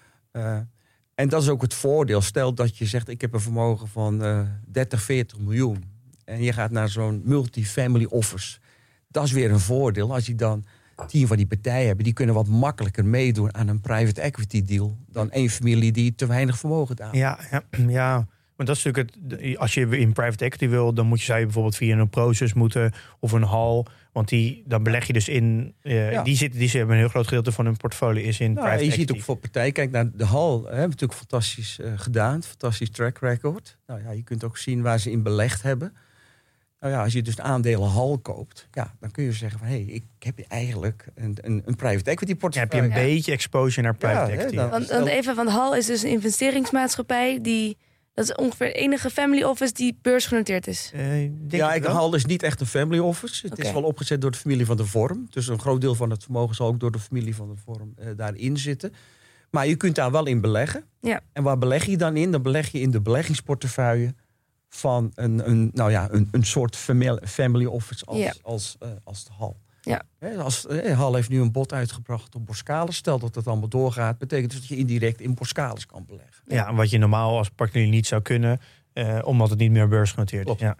En dat is ook het voordeel. Stel dat je zegt, ik heb een vermogen van 30, 40 miljoen. En je gaat naar zo'n multifamily office. Dat is weer een voordeel. Als je dan 10 van die partijen hebt, die kunnen wat makkelijker meedoen aan een private equity deal dan één familie die te weinig vermogen heeft. Ja. Maar dat is natuurlijk als je in private equity wil, dan zou je bijvoorbeeld via een Prosus moeten of een HAL. Want dan beleg je dus in. Die hebben een heel groot gedeelte van hun portfolio is in private equity. Je ziet ook voor partijen, kijk naar de HAL, hebben natuurlijk fantastisch gedaan, fantastisch track record. Nou ja, je kunt ook zien waar ze in belegd hebben. Nou ja, als je dus aandelen HAL koopt, dan kun je zeggen van ik heb eigenlijk een private equity portfolio. Heb je een beetje exposure naar private equity. Want HAL is dus een investeringsmaatschappij die. Dat is ongeveer de enige family office die beursgenoteerd is. HAL is niet echt een family office. Het is wel opgezet door de familie van de Vorm. Dus een groot deel van het vermogen zal ook door de familie van de Vorm daarin zitten. Maar je kunt daar wel in beleggen. Ja. En waar beleg je dan in? Dan beleg je in de beleggingsportefeuille van een soort family office als de HAL. Ja. HAL heeft nu een bod uitgebracht op Boskalis. Stel dat het allemaal doorgaat, betekent dus dat je indirect in Boskalis kan beleggen. Ja, wat je normaal als particulier niet zou kunnen, omdat het niet meer beursgenoteerd is. Ja.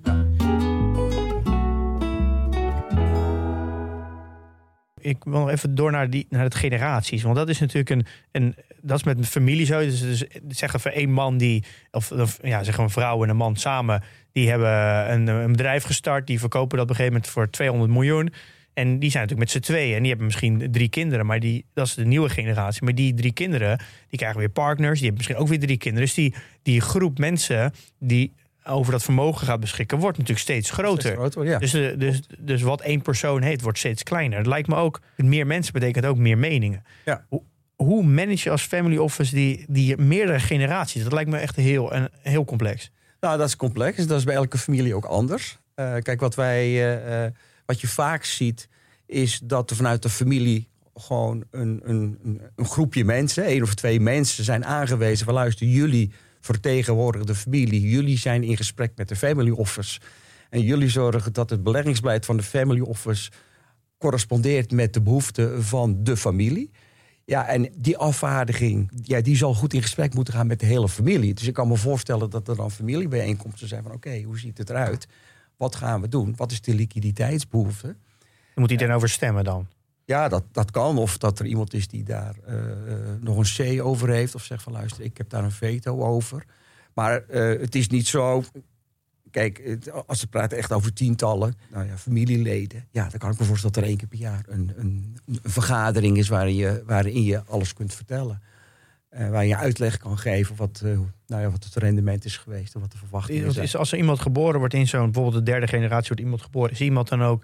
Ik wil nog even door naar het generaties. Want dat is natuurlijk dat is met een familie zo. Dus zeggen we één man zeggen een vrouw en een man samen, die hebben een bedrijf gestart. Die verkopen dat op een gegeven moment voor 200 miljoen. En die zijn natuurlijk met z'n tweeën. En die hebben misschien 3 kinderen. Maar dat is de nieuwe generatie. Maar die 3 kinderen, die krijgen weer partners. Die hebben misschien ook weer 3 kinderen. Dus die groep mensen die over dat vermogen gaat beschikken, wordt natuurlijk steeds groter. Ja. Dus wat één persoon heeft, wordt steeds kleiner. Het lijkt me ook, meer mensen betekent ook meer meningen. Ja. Hoe manage je als family office die meerdere generaties? Dat lijkt me echt heel complex. Nou, dat is complex. Dat is bij elke familie ook anders. Kijk, wat je vaak ziet, is dat er vanuit de familie gewoon een groepje mensen, 1 of 2 mensen, zijn aangewezen van luister, jullie vertegenwoordigen de familie. Jullie zijn in gesprek met de family office. En jullie zorgen dat het beleggingsbeleid van de family office correspondeert met de behoeften van de familie. Ja, en die afvaardiging, die zal goed in gesprek moeten gaan met de hele familie. Dus ik kan me voorstellen dat er dan familiebijeenkomsten zijn van oké, hoe ziet het eruit? Wat gaan we doen? Wat is de liquiditeitsbehoefte? Moet iedereen over stemmen dan? Ja, dat kan. Of dat er iemand is die daar nog een C over heeft. Of zegt van luister, ik heb daar een veto over. Maar het is niet zo. Kijk, als we praten echt over tientallen familieleden. Ja, dan kan ik me voorstellen dat er 1 keer per jaar een vergadering is waarin je alles kunt vertellen. Waar je uitleg kan geven wat het rendement is geweest en wat de verwachtingen zijn. Als er iemand geboren wordt in bijvoorbeeld de 3e generatie wordt iemand geboren, is iemand dan ook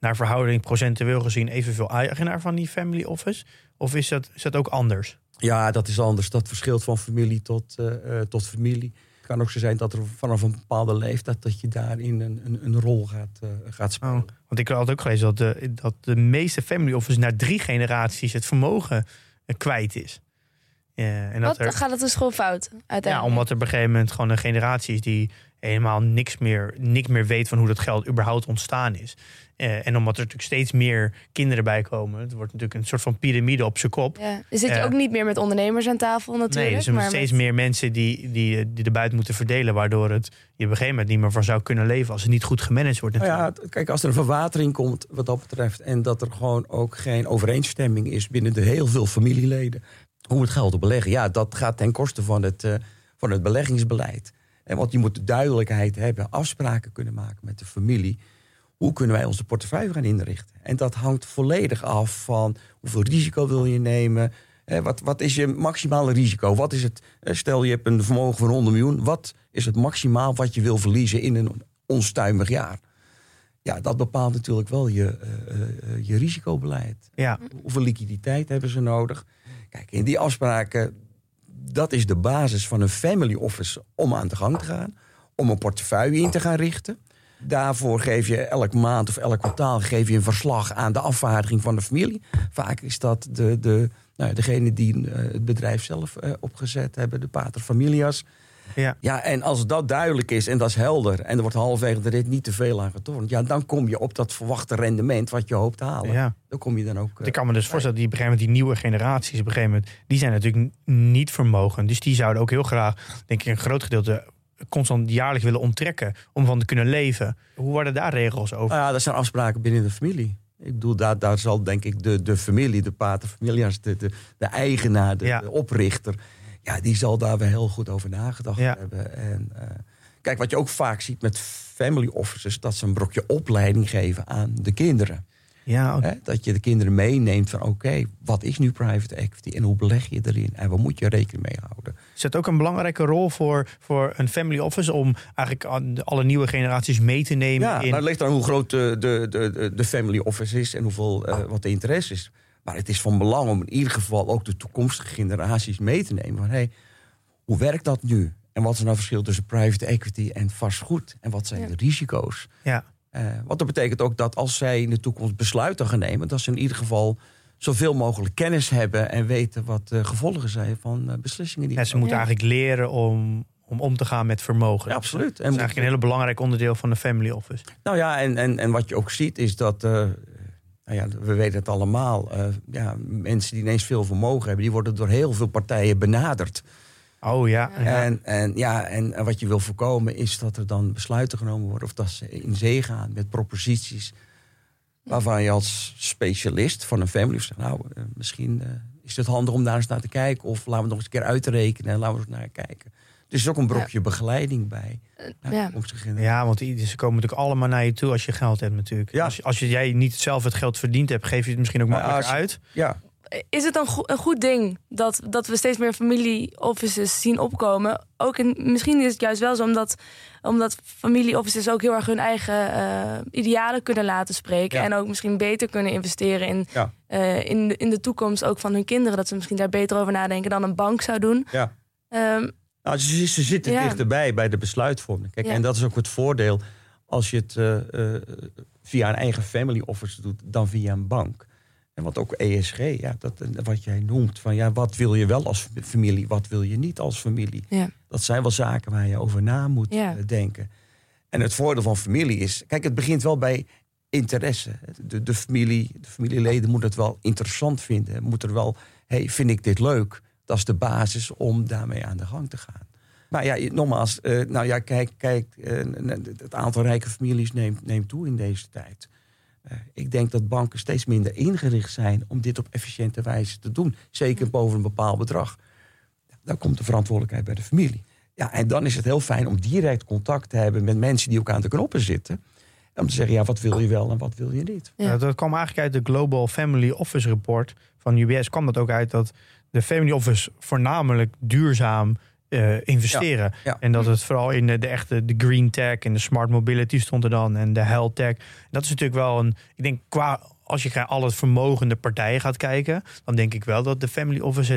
naar verhouding procentueel gezien evenveel eigenaar van die family office? Of is dat ook anders? Ja, dat is anders. Dat verschilt van familie tot familie. Het kan ook zo zijn dat er vanaf een bepaalde leeftijd dat je daarin een rol gaat spelen. Oh, want ik had ook gelezen dat de meeste family office na 3 generaties het vermogen kwijt is. En Wat gaat het dus gewoon fout uiteindelijk? Ja, omdat er op een gegeven moment gewoon een generatie is die helemaal niks meer weet van hoe dat geld überhaupt ontstaan is. En omdat er natuurlijk steeds meer kinderen bij komen. Het wordt natuurlijk een soort van piramide op zijn kop. Ja. Dan zit je ook niet meer met ondernemers aan tafel natuurlijk. Nee, dus er zijn steeds meer mensen die de buiten moeten verdelen. Waardoor je op een gegeven moment niet meer van zou kunnen leven als het niet goed gemanaged wordt natuurlijk. Ja, kijk, als er een verwatering komt wat dat betreft en dat er gewoon ook geen overeenstemming is binnen de heel veel familieleden hoe het geld te beleggen. Ja, dat gaat ten koste van het beleggingsbeleid. Want je moet de duidelijkheid hebben, afspraken kunnen maken met de familie. Hoe kunnen wij onze portefeuille gaan inrichten? En dat hangt volledig af van hoeveel risico wil je nemen. Wat is je maximale risico? Wat is het? Stel je hebt een vermogen van 100 miljoen. Wat is het maximaal wat je wil verliezen in een onstuimig jaar? Ja, dat bepaalt natuurlijk wel je risicobeleid. Ja. Hoeveel liquiditeit hebben ze nodig? Kijk, in die afspraken, dat is de basis van een family office om aan de gang te gaan. Om een portefeuille in te gaan richten. Daarvoor geef je elk maand of elk kwartaal geef je een verslag aan de afvaardiging van de familie. Vaak is dat degene die het bedrijf zelf opgezet hebben, de paterfamilias. Ja, en als dat duidelijk is en dat is helder en er wordt halverwege de rit niet te veel aan getornd, ja, dan kom je op dat verwachte rendement wat je hoopt te halen. Ja. Dan kom je dan ook. Ik kan me dus voorstellen dat die nieuwe generaties op een gegeven moment, die zijn natuurlijk niet vermogend. Dus die zouden ook heel graag, denk ik, een groot gedeelte constant jaarlijks willen onttrekken om van te kunnen leven. Hoe worden daar regels over? Nou ja, dat zijn afspraken binnen de familie. Ik bedoel, daar zal denk ik de familie, de paterfamilias, de eigenaar, de oprichter, ja, die zal daar wel heel goed over nagedacht hebben. En kijk, wat je ook vaak ziet met family offices, dat ze een brokje opleiding geven aan de kinderen. Ja. Dat je de kinderen meeneemt van oké, wat is nu private equity en hoe beleg je erin en waar moet je rekening mee houden? Is dat ook een belangrijke rol voor een family office om eigenlijk alle nieuwe generaties mee te nemen? Ja, het ligt aan hoe groot de family office is en wat de interesse is. Maar het is van belang om in ieder geval ook de toekomstige generaties mee te nemen. Van hoe werkt dat nu? En wat is nou het verschil tussen private equity en vastgoed? En wat zijn de risico's? Ja. Want dat betekent ook dat als zij in de toekomst besluiten gaan nemen, dat ze in ieder geval zoveel mogelijk kennis hebben en weten wat de gevolgen zijn van beslissingen die ze moeten eigenlijk leren om te gaan met vermogen. Ja, absoluut. Dat is eigenlijk een heel belangrijk onderdeel van de family office. Nou ja, en wat je ook ziet is dat, we weten het allemaal, mensen die ineens veel vermogen hebben, die worden door heel veel partijen benaderd. Oh ja. En wat je wil voorkomen is dat er dan besluiten genomen worden of dat ze in zee gaan met proposities waarvan je als specialist van een family zegt, misschien is het handig om daar eens naar te kijken of laten we nog eens een keer uitrekenen en laten we er naar kijken. Dus er is ook een brokje begeleiding bij. Ja, want ze komen natuurlijk allemaal naar je toe als je geld hebt natuurlijk. Ja. Als jij niet zelf het geld verdiend hebt, geef je het misschien ook makkelijker uit. Ja. Is het een goed ding dat we steeds meer family-offices zien opkomen? Misschien is het juist wel zo omdat family-offices ook heel erg hun eigen idealen kunnen laten spreken. Ja. En ook misschien beter kunnen investeren in de toekomst ook van hun kinderen. Dat ze misschien daar beter over nadenken dan een bank zou doen. Ja. Ze zitten dichterbij bij de besluitvorming. Kijk, en dat is ook het voordeel als je het via een eigen family office doet dan via een bank. En wat ook ESG, wat jij noemt, van wat wil je wel als familie, wat wil je niet als familie. Ja. Dat zijn wel zaken waar je over na moet denken. En het voordeel van familie is, kijk, het begint wel bij interesse. De familieleden moeten het wel interessant vinden. Moeten er wel, vind ik dit leuk? Dat is de basis om daarmee aan de gang te gaan. Maar ja, nogmaals, kijk, het aantal rijke families neemt toe in deze tijd. Ik denk dat banken steeds minder ingericht zijn om dit op efficiënte wijze te doen. Zeker boven een bepaald bedrag. Dan komt de verantwoordelijkheid bij de familie. Ja, en dan is het heel fijn om direct contact te hebben met mensen die ook aan de knoppen zitten. Om te zeggen, wat wil je wel en wat wil je niet. Ja. Dat kwam eigenlijk uit de Global Family Office Report van UBS. Kwam dat ook uit dat de family office voornamelijk duurzaam investeren. Ja. En dat het vooral in de green tech en de smart mobility stond er dan en de health tech. Dat is natuurlijk wel ik denk als je al het vermogende partijen gaat kijken, dan denk ik wel dat de family office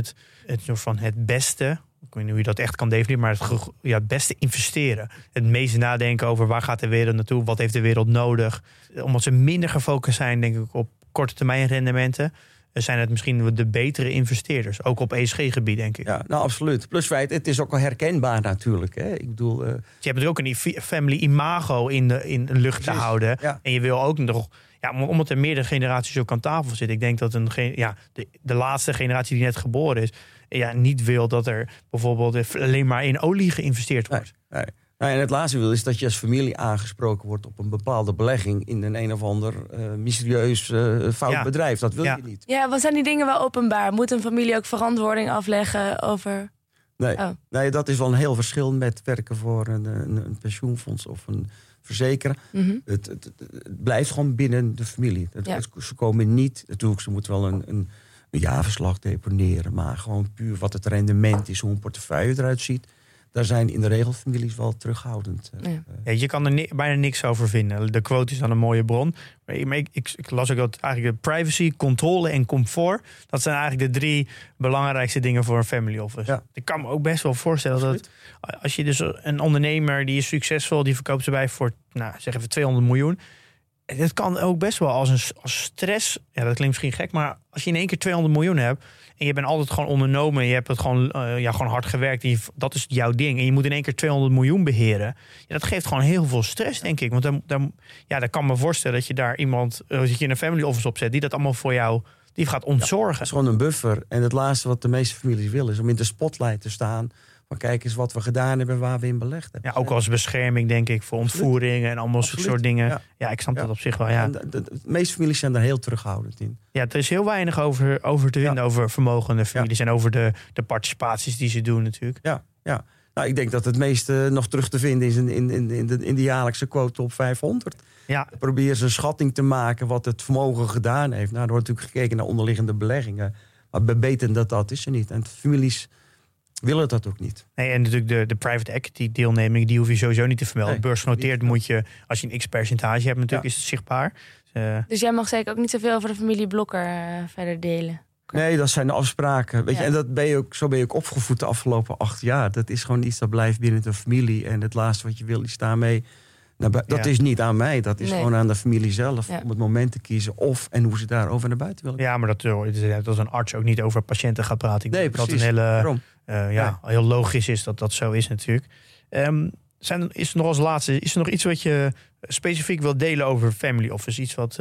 het beste, ik weet niet hoe je dat echt kan definiëren, maar het beste investeren. Het meeste nadenken over waar gaat de wereld naartoe, wat heeft de wereld nodig. Omdat ze minder gefocust zijn, denk ik, op korte termijn rendementen, zijn het misschien de betere investeerders. Ook op ESG-gebied, denk ik. Ja, nou absoluut. Plus feit, het is ook wel herkenbaar natuurlijk. Hè? Ik bedoel, je hebt natuurlijk ook een family imago in de lucht te houden. Ja. En je wil ook nog, omdat er meerdere generaties ook aan tafel zitten. Ik denk dat de laatste generatie die net geboren is, niet wil dat er bijvoorbeeld alleen maar in olie geïnvesteerd wordt. Nee. Nou, en het laatste wil is dat je als familie aangesproken wordt op een bepaalde belegging in een of ander mysterieus fout bedrijf. Dat wil je niet. Ja, wat zijn die dingen wel openbaar? Moet een familie ook verantwoording afleggen over... Nee, dat is wel een heel verschil met werken voor een pensioenfonds of een verzekeraar. Mm-hmm. Het blijft gewoon binnen de familie. Ze komen niet, natuurlijk, ze moeten wel een jaarverslag deponeren, maar gewoon puur wat het rendement is, hoe een portefeuille eruit ziet. Daar zijn in de regel families wel terughoudend. Je kan er bijna niks over vinden. De quote is dan een mooie bron. Maar ik las ook dat eigenlijk de privacy, controle en comfort, dat zijn eigenlijk de 3 belangrijkste dingen voor een family office. Ja. Ik kan me ook best wel voorstellen dat als je dus een ondernemer die is succesvol, die verkoopt ze bij voor, zeg even 200 miljoen. Het kan ook best wel als stress. Ja, dat klinkt misschien gek, maar als je in één keer 200 miljoen hebt en je bent altijd gewoon ondernomen, je hebt het gewoon hard gewerkt, dat is jouw ding. En je moet in één keer 200 miljoen beheren. Ja, dat geeft gewoon heel veel stress, denk ik. Want dan kan me voorstellen dat je daar iemand, dat je een family office opzet, die dat allemaal voor jou, die gaat ontzorgen. Het is gewoon een buffer. En het laatste wat de meeste families willen is om in de spotlight te staan. Maar kijk eens wat we gedaan hebben, waar we in belegd hebben. Ja, ook als bescherming, denk ik, voor ontvoeringen en allemaal soort dingen. Ja, ik snap dat op zich wel, ja. De meeste families zijn daar heel terughoudend in. Ja, er is heel weinig over te vinden, over vermogende families en over de participaties die ze doen natuurlijk. Ja. Nou, ik denk dat het meeste nog terug te vinden is in de jaarlijkse quote op 500. Ja. Probeer ze een schatting te maken wat het vermogen gedaan heeft. Nou, er wordt natuurlijk gekeken naar onderliggende beleggingen. Maar beter dat is er niet. En families willen dat ook niet. Nee, en natuurlijk de private equity deelneming, die hoef je sowieso niet te vermelden. Nee, beursgenoteerd moet je, als je een x-percentage hebt natuurlijk, is het zichtbaar. Dus jij mag zeker ook niet zoveel over de familie Blokker verder delen? Nee, dat zijn de afspraken. Weet je, en zo ben je ook opgevoed de afgelopen 8 jaar. Dat is gewoon iets dat blijft binnen de familie. En het laatste wat je wil is daarmee. Dat is niet aan mij. Dat is gewoon aan de familie zelf. Om het moment te kiezen of en hoe ze daarover naar buiten willen. Ja, maar dat een arts ook niet over patiënten gaat praten. Ik denk precies. Dat een hele heel logisch is dat zo is natuurlijk. Is er nog als laatste, is er nog iets wat je specifiek wilt delen over family office? Iets wat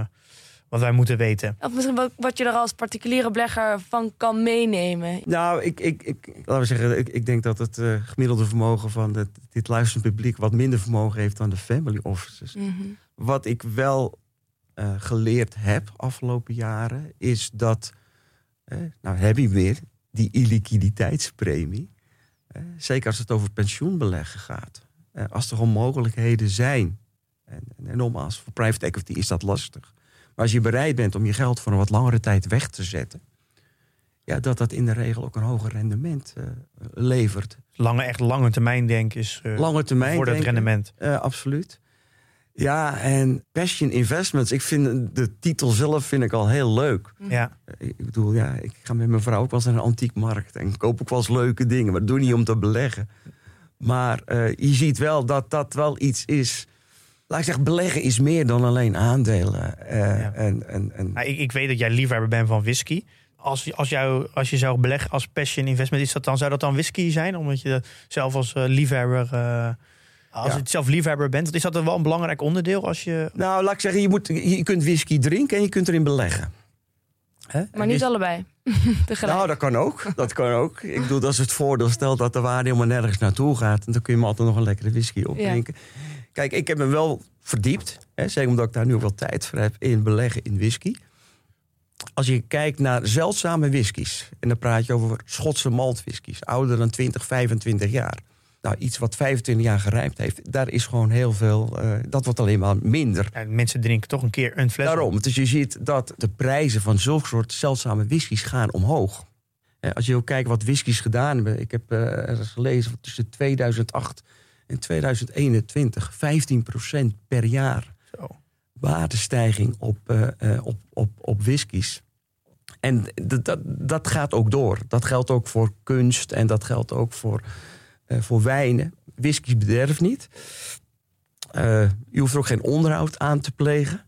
wij moeten weten? Of misschien wat je er als particuliere belegger van kan meenemen? Nou, laten we zeggen, ik denk dat het gemiddelde vermogen van dit luisterend publiek wat minder vermogen heeft dan de family offices. Mm-hmm. Wat ik wel geleerd heb afgelopen jaren is dat, nou heb je weer die illiquiditeitspremie. Zeker als het over pensioenbeleggen gaat. Als er gewoon mogelijkheden zijn. En nogmaals, voor private equity is dat lastig. Maar als je bereid bent om je geld voor een wat langere tijd weg te zetten, dat in de regel ook een hoger rendement levert. Echt lange termijn denken is lange termijn voor dat rendement. Absoluut. Ja, en Passion Investments, ik vind de titel zelf al heel leuk. Ja. Ik bedoel, ik ga met mijn vrouw ook wel eens naar een antiekmarkt en koop ook wel eens leuke dingen, maar dat doe je niet om te beleggen. Maar je ziet wel dat dat wel iets is. Laat ik zeggen, beleggen is meer dan alleen aandelen. Ik weet dat jij liefhebber bent van whisky. Als je zou beleggen als Passion Investment, zou dat dan whisky zijn? Omdat je zelf als liefhebber, je zelf liefhebber bent, is dat wel een belangrijk onderdeel? Als je... Nou, laat ik zeggen, je kunt whisky drinken en je kunt erin beleggen. Maar niet allebei. Nou, dat kan ook. Ik bedoel, dat is het voordeel. Stel dat de waarde helemaal nergens naartoe gaat, en dan kun je me altijd nog een lekkere whisky opdrinken. Ja. Kijk, ik heb me wel verdiept, zeker omdat ik daar nu ook wel tijd voor heb, in beleggen in whisky. Als je kijkt naar zeldzame whiskies, en dan praat je over Schotse maltwhiskies, ouder dan 20, 25 jaar. Nou, iets wat 25 jaar gerijpt heeft, daar is gewoon heel veel, dat wordt alleen maar minder. Ja, mensen drinken toch een keer een fles. Daarom, dus je ziet dat de prijzen van zulke soort zeldzame whiskies gaan omhoog. Als je wil kijken wat whiskies gedaan hebben. Ik heb ergens gelezen tussen 2008 en 2021 15% per jaar. Zo. Waardestijging op whiskies. En dat gaat ook door. Dat geldt ook voor kunst en dat geldt ook voor wijnen. Whiskies bederft niet. Je hoeft er ook geen onderhoud aan te plegen.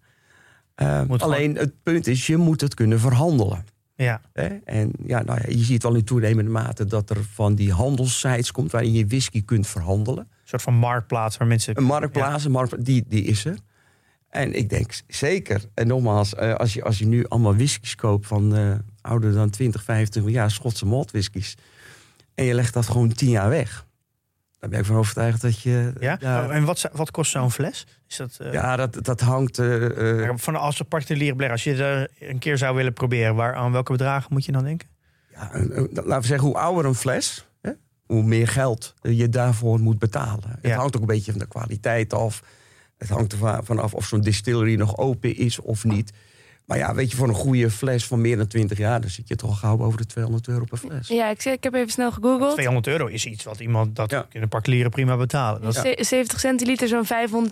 Alleen het punt is, je moet het kunnen verhandelen. Ja. En je ziet wel in toenemende mate dat er van die handelssites komt waarin je whisky kunt verhandelen. Een soort van marktplaats waar mensen... Een marktplaats, die is er. En ik denk zeker, en nogmaals, als je nu allemaal whiskies koopt van ouder dan 20, 25 jaar, Schotse malt whiskies, en je legt dat gewoon 10 jaar weg, dan ben ik van overtuigd dat je... Ja? En wat kost zo'n fles? Is dat, dat hangt... van als een particuliere belegger, als je er een keer zou willen proberen, aan welke bedragen moet je dan denken? Ja, laten we zeggen, hoe ouder een fles, hoe meer geld je daarvoor moet betalen. Ja. Het hangt ook een beetje van de kwaliteit af. Het hangt er vanaf of zo'n distillery nog open is of niet. Maar ja, weet je, voor een goede fles van meer dan 20 jaar... dan zit je toch al gauw over de €200 per fles. Ja, ik heb even snel gegoogeld. €200 is iets wat iemand kunnen particulieren prima betalen. Dat 70 centiliter, zo'n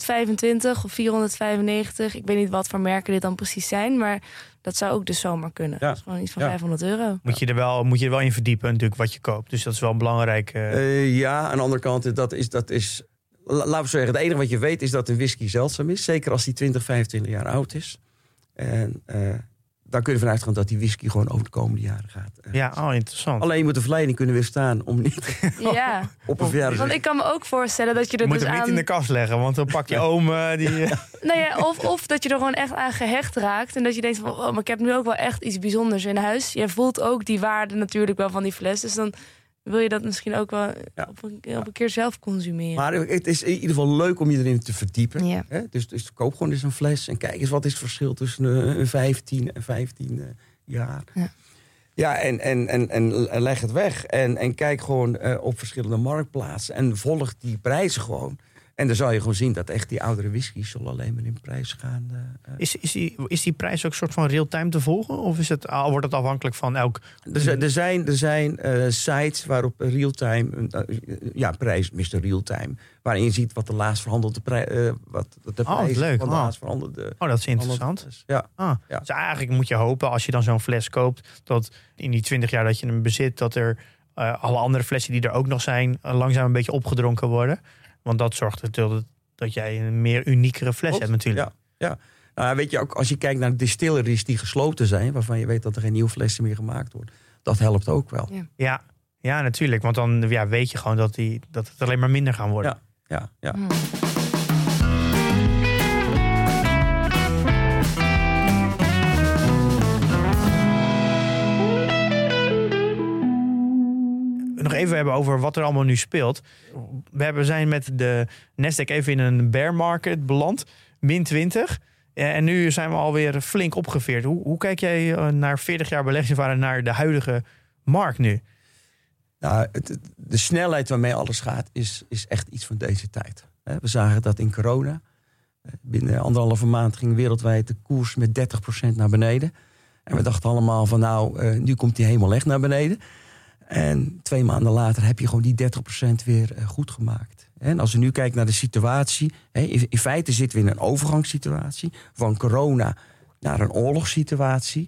525 of 495. Ik weet niet wat voor merken dit dan precies zijn, maar dat zou ook dus zomaar kunnen. Ja. Dat is gewoon iets van €500. Moet je er wel in verdiepen natuurlijk wat je koopt. Dus dat is wel belangrijk. Aan de andere kant, dat is laten we zeggen, het enige wat je weet is dat een whisky zeldzaam is. Zeker als die 20, 25 jaar oud is. En daar kun je vanuit gaan dat die whisky gewoon over de komende jaren gaat. Interessant. Alleen je moet de verleiding kunnen weerstaan om niet op een verjaardag. Want ik kan me ook voorstellen dat je er moet dus hem niet in de kast leggen, want dan pak je oom die... Of dat je er gewoon echt aan gehecht raakt. En dat je denkt van, maar ik heb nu ook wel echt iets bijzonders in huis. Je voelt ook die waarde natuurlijk wel van die fles. Dus dan wil je dat misschien ook wel op een keer zelf consumeren. Maar het is in ieder geval leuk om je erin te verdiepen. Ja. Dus koop gewoon eens een fles en kijk eens wat is het verschil tussen een 15 en 15 jaar. Ja, en leg het weg. En kijk gewoon op verschillende marktplaatsen. En volg die prijzen gewoon. En dan zal je gewoon zien dat echt die oudere whiskies zullen alleen maar in prijs gaan. Is die prijs ook een soort van real-time te volgen? Of wordt het afhankelijk van elk... Er zijn sites waarop real-time... prijs, Mr. Real-time. Waarin je ziet wat de laatst verhandelde prijs... leuk. Van de laatst verhandelde... dat is interessant. Ja. Dus eigenlijk moet je hopen, als je dan zo'n fles koopt, dat in die 20 jaar dat je hem bezit, dat er alle andere flessen die er ook nog zijn, langzaam een beetje opgedronken worden. Want dat zorgt ervoor dat jij een meer uniekere fles hebt natuurlijk. Ja. Nou, weet je, ook als je kijkt naar distilleries die gesloten zijn, waarvan je weet dat er geen nieuwe flessen meer gemaakt worden, dat helpt ook wel. Ja, natuurlijk. Want dan weet je gewoon dat het alleen maar minder gaan worden. Ja. Nog even hebben over wat er allemaal nu speelt. We zijn met de Nasdaq even in een bear market beland. Min 20. En nu zijn we alweer flink opgeveerd. Hoe kijk jij naar 40 jaar beleggingservaring naar de huidige markt nu? Nou, de snelheid waarmee alles gaat is echt iets van deze tijd. We zagen dat in corona. Binnen 1,5 maand ging wereldwijd de koers met 30% naar beneden. En we dachten allemaal van nu komt die helemaal echt naar beneden. En 2 maanden later heb je gewoon die 30% weer goed gemaakt. En als we nu kijken naar de situatie, in feite zitten we in een overgangssituatie van corona naar een oorlogssituatie.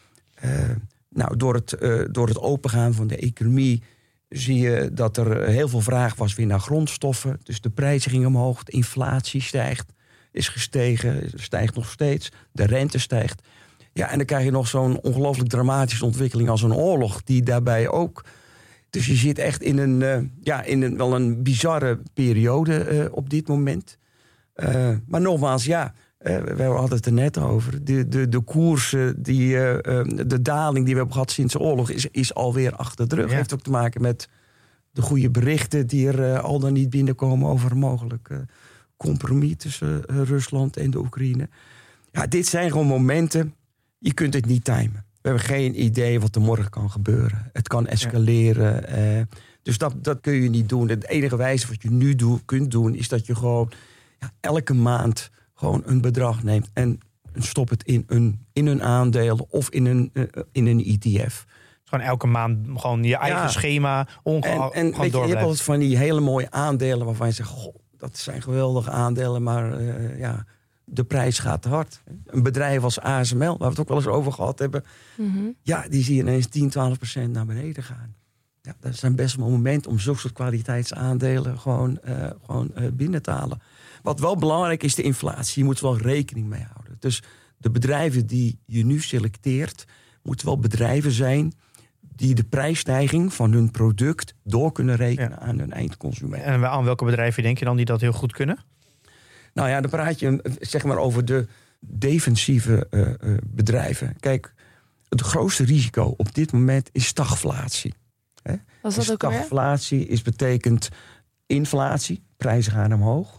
Door het opengaan van de economie zie je dat er heel veel vraag was weer naar grondstoffen. Dus de prijzen gingen omhoog, de inflatie is gestegen, stijgt nog steeds, de rente stijgt. Ja, en dan krijg je nog zo'n ongelooflijk dramatische ontwikkeling als een oorlog die daarbij ook. Dus je zit echt in een wel een bizarre periode op dit moment. Maar nogmaals, we hadden het er net over. De koersen, de daling die we hebben gehad sinds de oorlog is alweer achter de rug. Ja. Heeft ook te maken met de goede berichten die er al dan niet binnenkomen over een mogelijk compromis tussen Rusland en de Oekraïne. Ja, dit zijn gewoon momenten. Je kunt het niet timen. We hebben geen idee wat er morgen kan gebeuren. Het kan escaleren. Dus dat kun je niet doen. Het enige wijze wat je nu kunt doen, is dat je gewoon elke maand gewoon een bedrag neemt en stop het in een aandeel of in een ETF. Gewoon elke maand gewoon je eigen schema en weet je hebt altijd van die hele mooie aandelen waarvan je zegt, goh, dat zijn geweldige aandelen, maar de prijs gaat te hard. Een bedrijf als ASML, waar we het ook wel eens over gehad hebben, die zie je ineens 10-12% naar beneden gaan. Ja, dat zijn best wel momenten om zulke soort kwaliteitsaandelen gewoon binnen te halen. Wat wel belangrijk is, de inflatie. Je moet er wel rekening mee houden. Dus de bedrijven die je nu selecteert, moeten wel bedrijven zijn die de prijsstijging van hun product door kunnen rekenen aan hun eindconsument. En aan welke bedrijven denk je dan die dat heel goed kunnen? Nou ja, dan praat je zeg maar over de defensieve bedrijven. Kijk, het grootste risico op dit moment is stagflatie. Was dat ook alweer? Stagflatie betekent inflatie, prijzen gaan omhoog.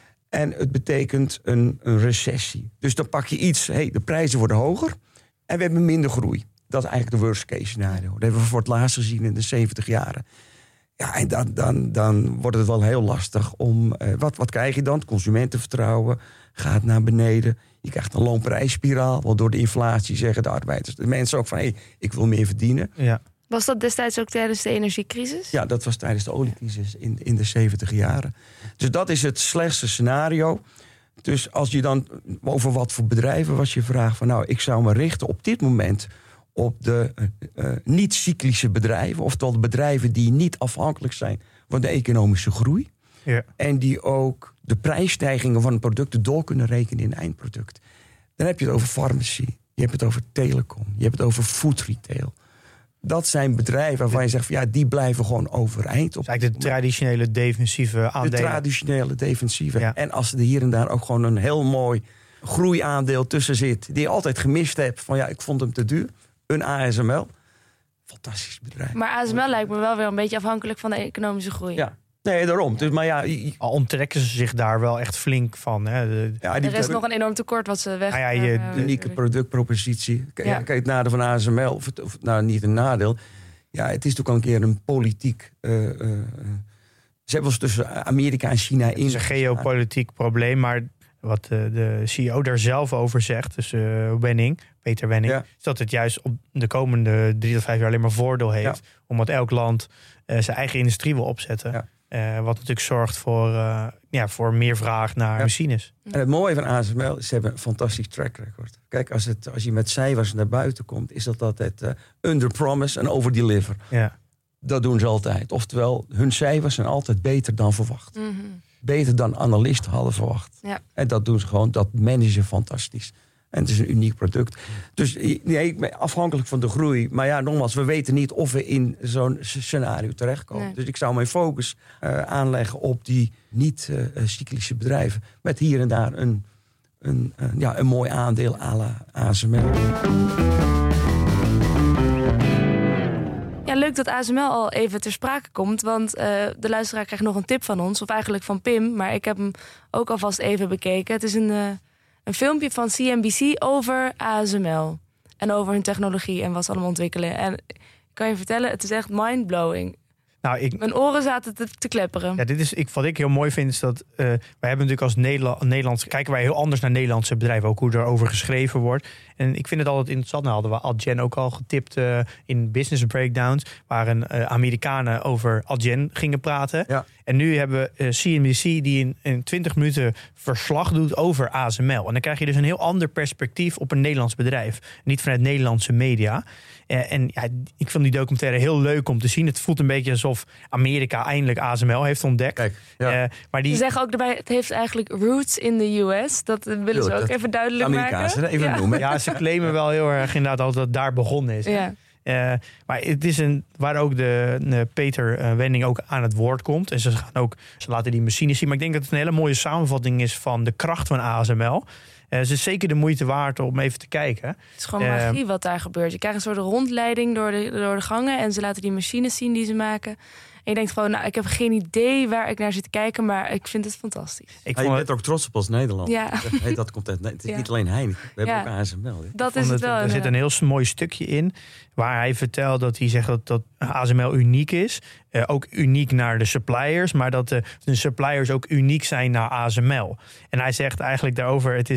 En het betekent een recessie. Dus dan pak je iets, de prijzen worden hoger en we hebben minder groei. Dat is eigenlijk de worst case scenario. Dat hebben we voor het laatst gezien in de 70 jaren. Ja, en dan wordt het wel heel lastig om... Wat krijg je dan? Het consumentenvertrouwen gaat naar beneden. Je krijgt een loonprijsspiraal. Want door de inflatie zeggen de arbeiders, de mensen ook van, ik wil meer verdienen. Ja. Was dat destijds ook tijdens de energiecrisis? Ja, dat was tijdens de oliecrisis in de 70 jaren. Dus dat is het slechtste scenario. Dus als je dan over wat voor bedrijven was je vraag van, ik zou me richten op dit moment op de niet-cyclische bedrijven. Oftewel de bedrijven die niet afhankelijk zijn van de economische groei. Ja. En die ook de prijsstijgingen van de producten door kunnen rekenen in een eindproduct. Dan heb je het over farmacie. Je hebt het over telecom. Je hebt het over food retail. Dat zijn bedrijven waarvan je zegt van die blijven gewoon overeind. Dus eigenlijk de traditionele defensieve aandelen. De traditionele defensieve. Ja. En als er hier en daar ook gewoon een heel mooi groeiaandeel tussen zit, die je altijd gemist hebt van ik vond hem te duur. Een ASML. Fantastisch bedrijf. Maar ASML lijkt me wel weer een beetje afhankelijk van de economische groei. Ja. Nee, daarom. Dus, maar al onttrekken ze zich daar wel echt flink van. Hè? Er is nog een enorm tekort wat ze weg. Je unieke productpropositie. Kijk, het nadeel van ASML, of niet een nadeel. Ja, het is natuurlijk al een keer een politiek. Ze hebben ons tussen Amerika en China in. Het is een geopolitiek probleem, maar wat de CEO daar zelf over zegt, dus Peter Wenning, is dat het juist op de komende 3 tot 5 jaar alleen maar voordeel heeft, omdat elk land zijn eigen industrie wil opzetten. Ja. Wat natuurlijk zorgt voor meer vraag naar machines. En het mooie van ASML is, ze hebben een fantastisch track record. Kijk, als je met cijfers naar buiten komt, is dat altijd under promise en over deliver. Ja. Dat doen ze altijd. Oftewel, hun cijfers zijn altijd beter dan verwacht. Mm-hmm. Beter dan analisten hadden verwacht. Ja. En dat doen ze gewoon, dat managen fantastisch. En het is een uniek product. Dus afhankelijk van de groei. Maar nogmaals, we weten niet of we in zo'n scenario terechtkomen. Nee. Dus ik zou mijn focus aanleggen op die niet-cyclische bedrijven. Met hier en daar een mooi aandeel à la ASML. Ja, leuk dat ASML al even ter sprake komt. Want de luisteraar krijgt nog een tip van ons. Of eigenlijk van Pim. Maar ik heb hem ook alvast even bekeken. Het is een filmpje van CNBC over ASML. En over hun technologie en wat ze allemaal ontwikkelen. En ik kan je vertellen, het is echt mindblowing. Mijn oren zaten te klepperen. Ja, wat ik heel mooi vind is dat wij hebben natuurlijk als Nederlands kijken wij heel anders naar Nederlandse bedrijven, ook hoe er over geschreven wordt. En ik vind het altijd interessant. Nou hadden we Adyen ook al getipt in Business Breakdowns, waar Amerikanen over Adyen gingen praten. Ja. En nu hebben we CNBC die in 20 minuten verslag doet over ASML. En dan krijg je dus een heel ander perspectief op een Nederlands bedrijf. Niet vanuit Nederlandse media. Ik vond die documentaire heel leuk om te zien. Het voelt een beetje alsof Amerika eindelijk ASML heeft ontdekt. Kijk, maar ze zeggen ook erbij, het heeft eigenlijk roots in de US. Dat willen ze ook even duidelijk maken. Even noemen. Ja, ze claimen wel heel erg inderdaad dat het daar begonnen is. Ja. Maar het is waar ook de Peter Wenning ook aan het woord komt. En ze laten die machines zien. Maar ik denk dat het een hele mooie samenvatting is van de kracht van ASML. Het is zeker de moeite waard om even te kijken. Het is gewoon magie wat daar gebeurt. Je krijgt een soort rondleiding door de gangen. En ze laten die machines zien die ze maken. En je denkt gewoon, ik heb geen idee waar ik naar zit te kijken. Maar ik vind het fantastisch. Je bent er ook trots op als Nederland. Ja. Dat komt uit. Het is niet alleen Heineken. We hebben ook ASML. Dat is het wel. Er zit een heel mooi stukje in waar hij vertelt dat hij zegt dat ASML uniek is. Ook uniek naar de suppliers. Maar dat de suppliers ook uniek zijn naar ASML. En hij zegt eigenlijk daarover, het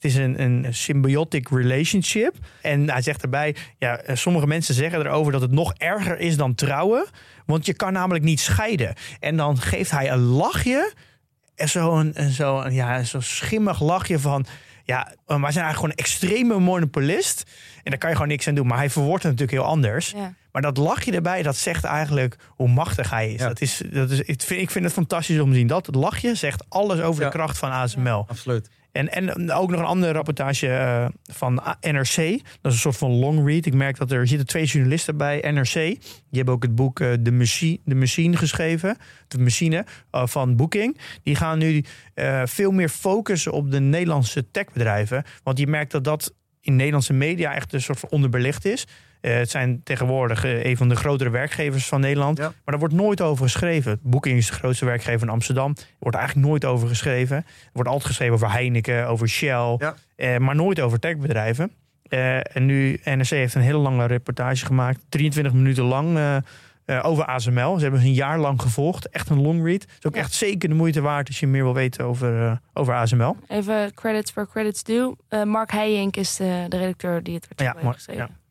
Het is een symbiotic relationship. En hij zegt erbij, sommige mensen zeggen erover dat het nog erger is dan trouwen. Want je kan namelijk niet scheiden. En dan geeft hij een lachje. Zo'n schimmig lachje van... Ja, wij zijn eigenlijk gewoon een extreme monopolist. En daar kan je gewoon niks aan doen. Maar hij verwoordt het natuurlijk heel anders. Ja. Maar dat lachje erbij, dat zegt eigenlijk hoe machtig hij is. Ja. Ik vind het fantastisch om te zien. Dat lachje zegt alles over de kracht van ASML. Ja, absoluut. En ook nog een andere rapportage van NRC. Dat is een soort van long read. Ik merk dat er zitten 2 journalisten bij NRC. Die hebben ook het boek The Machine geschreven. De machine van Booking. Die gaan nu veel meer focussen op de Nederlandse techbedrijven. Want je merkt dat in Nederlandse media echt een soort van onderbelicht is. Het zijn tegenwoordig een van de grotere werkgevers van Nederland. Ja. Maar daar wordt nooit over geschreven. Booking is de grootste werkgever in Amsterdam. Er wordt eigenlijk nooit over geschreven. Er wordt altijd geschreven over Heineken, over Shell. Ja. Maar nooit over techbedrijven. En nu, NRC heeft een hele lange reportage gemaakt. 23 minuten lang over ASML. Ze hebben een jaar lang gevolgd. Echt een long read. Het is ook echt zeker de moeite waard als je meer wil weten over ASML. Even credits where credits due. Mark Heijink is de redacteur die het artikel heeft geschreven. Ja.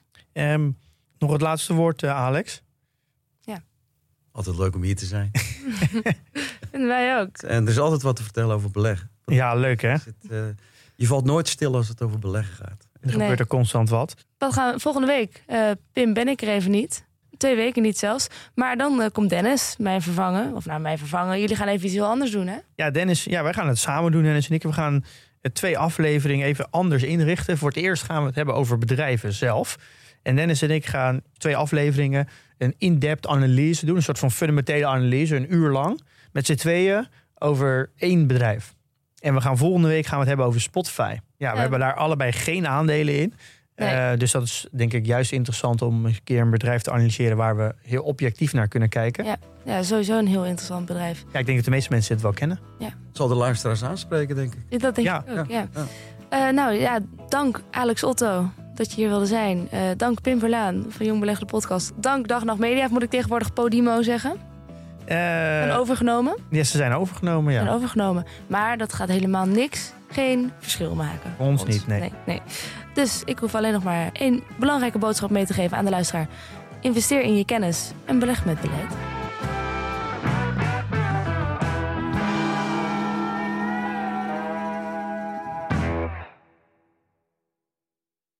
Nog het laatste woord, Alex. Ja. Altijd leuk om hier te zijn. Vinden wij ook. En er is altijd wat te vertellen over beleggen. Ja, leuk hè? Je valt nooit stil als het over beleggen gaat. Er gebeurt er constant wat. Wat gaan we volgende week? Pim ben ik er even niet. 2 weken niet zelfs. Maar dan komt Dennis mij vervangen. Of mij vervangen. Jullie gaan even iets heel anders doen, hè? Ja, Dennis. Ja, wij gaan het samen doen, Dennis en ik. We gaan 2 afleveringen even anders inrichten. Voor het eerst gaan we het hebben over bedrijven zelf. En Dennis en ik gaan 2 afleveringen een in-depth analyse doen. Een soort van fundamentele analyse, 1 uur lang. Met z'n tweeën over 1 bedrijf. En volgende week gaan we het hebben over Spotify. Ja, we hebben daar allebei geen aandelen in. Nee. Dus dat is denk ik juist interessant om een keer een bedrijf te analyseren waar we heel objectief naar kunnen kijken. Ja, sowieso een heel interessant bedrijf. Ja, ik denk dat de meeste mensen het wel kennen. Ja. Het zal de luisteraars aanspreken, denk ik. Dat denk ik ook, ja. Dank Alex Otto dat je hier wilde zijn. Dank Pim Verlaan van Jong Beleggen de podcast. Dank Dag Nacht Media, moet ik tegenwoordig Podimo zeggen. En overgenomen? Ja, ze zijn overgenomen, ja. Zijn overgenomen. Maar dat gaat helemaal geen verschil maken. Voor ons niet, nee. Dus ik hoef alleen nog maar 1 belangrijke boodschap mee te geven aan de luisteraar. Investeer in je kennis en beleg met beleid.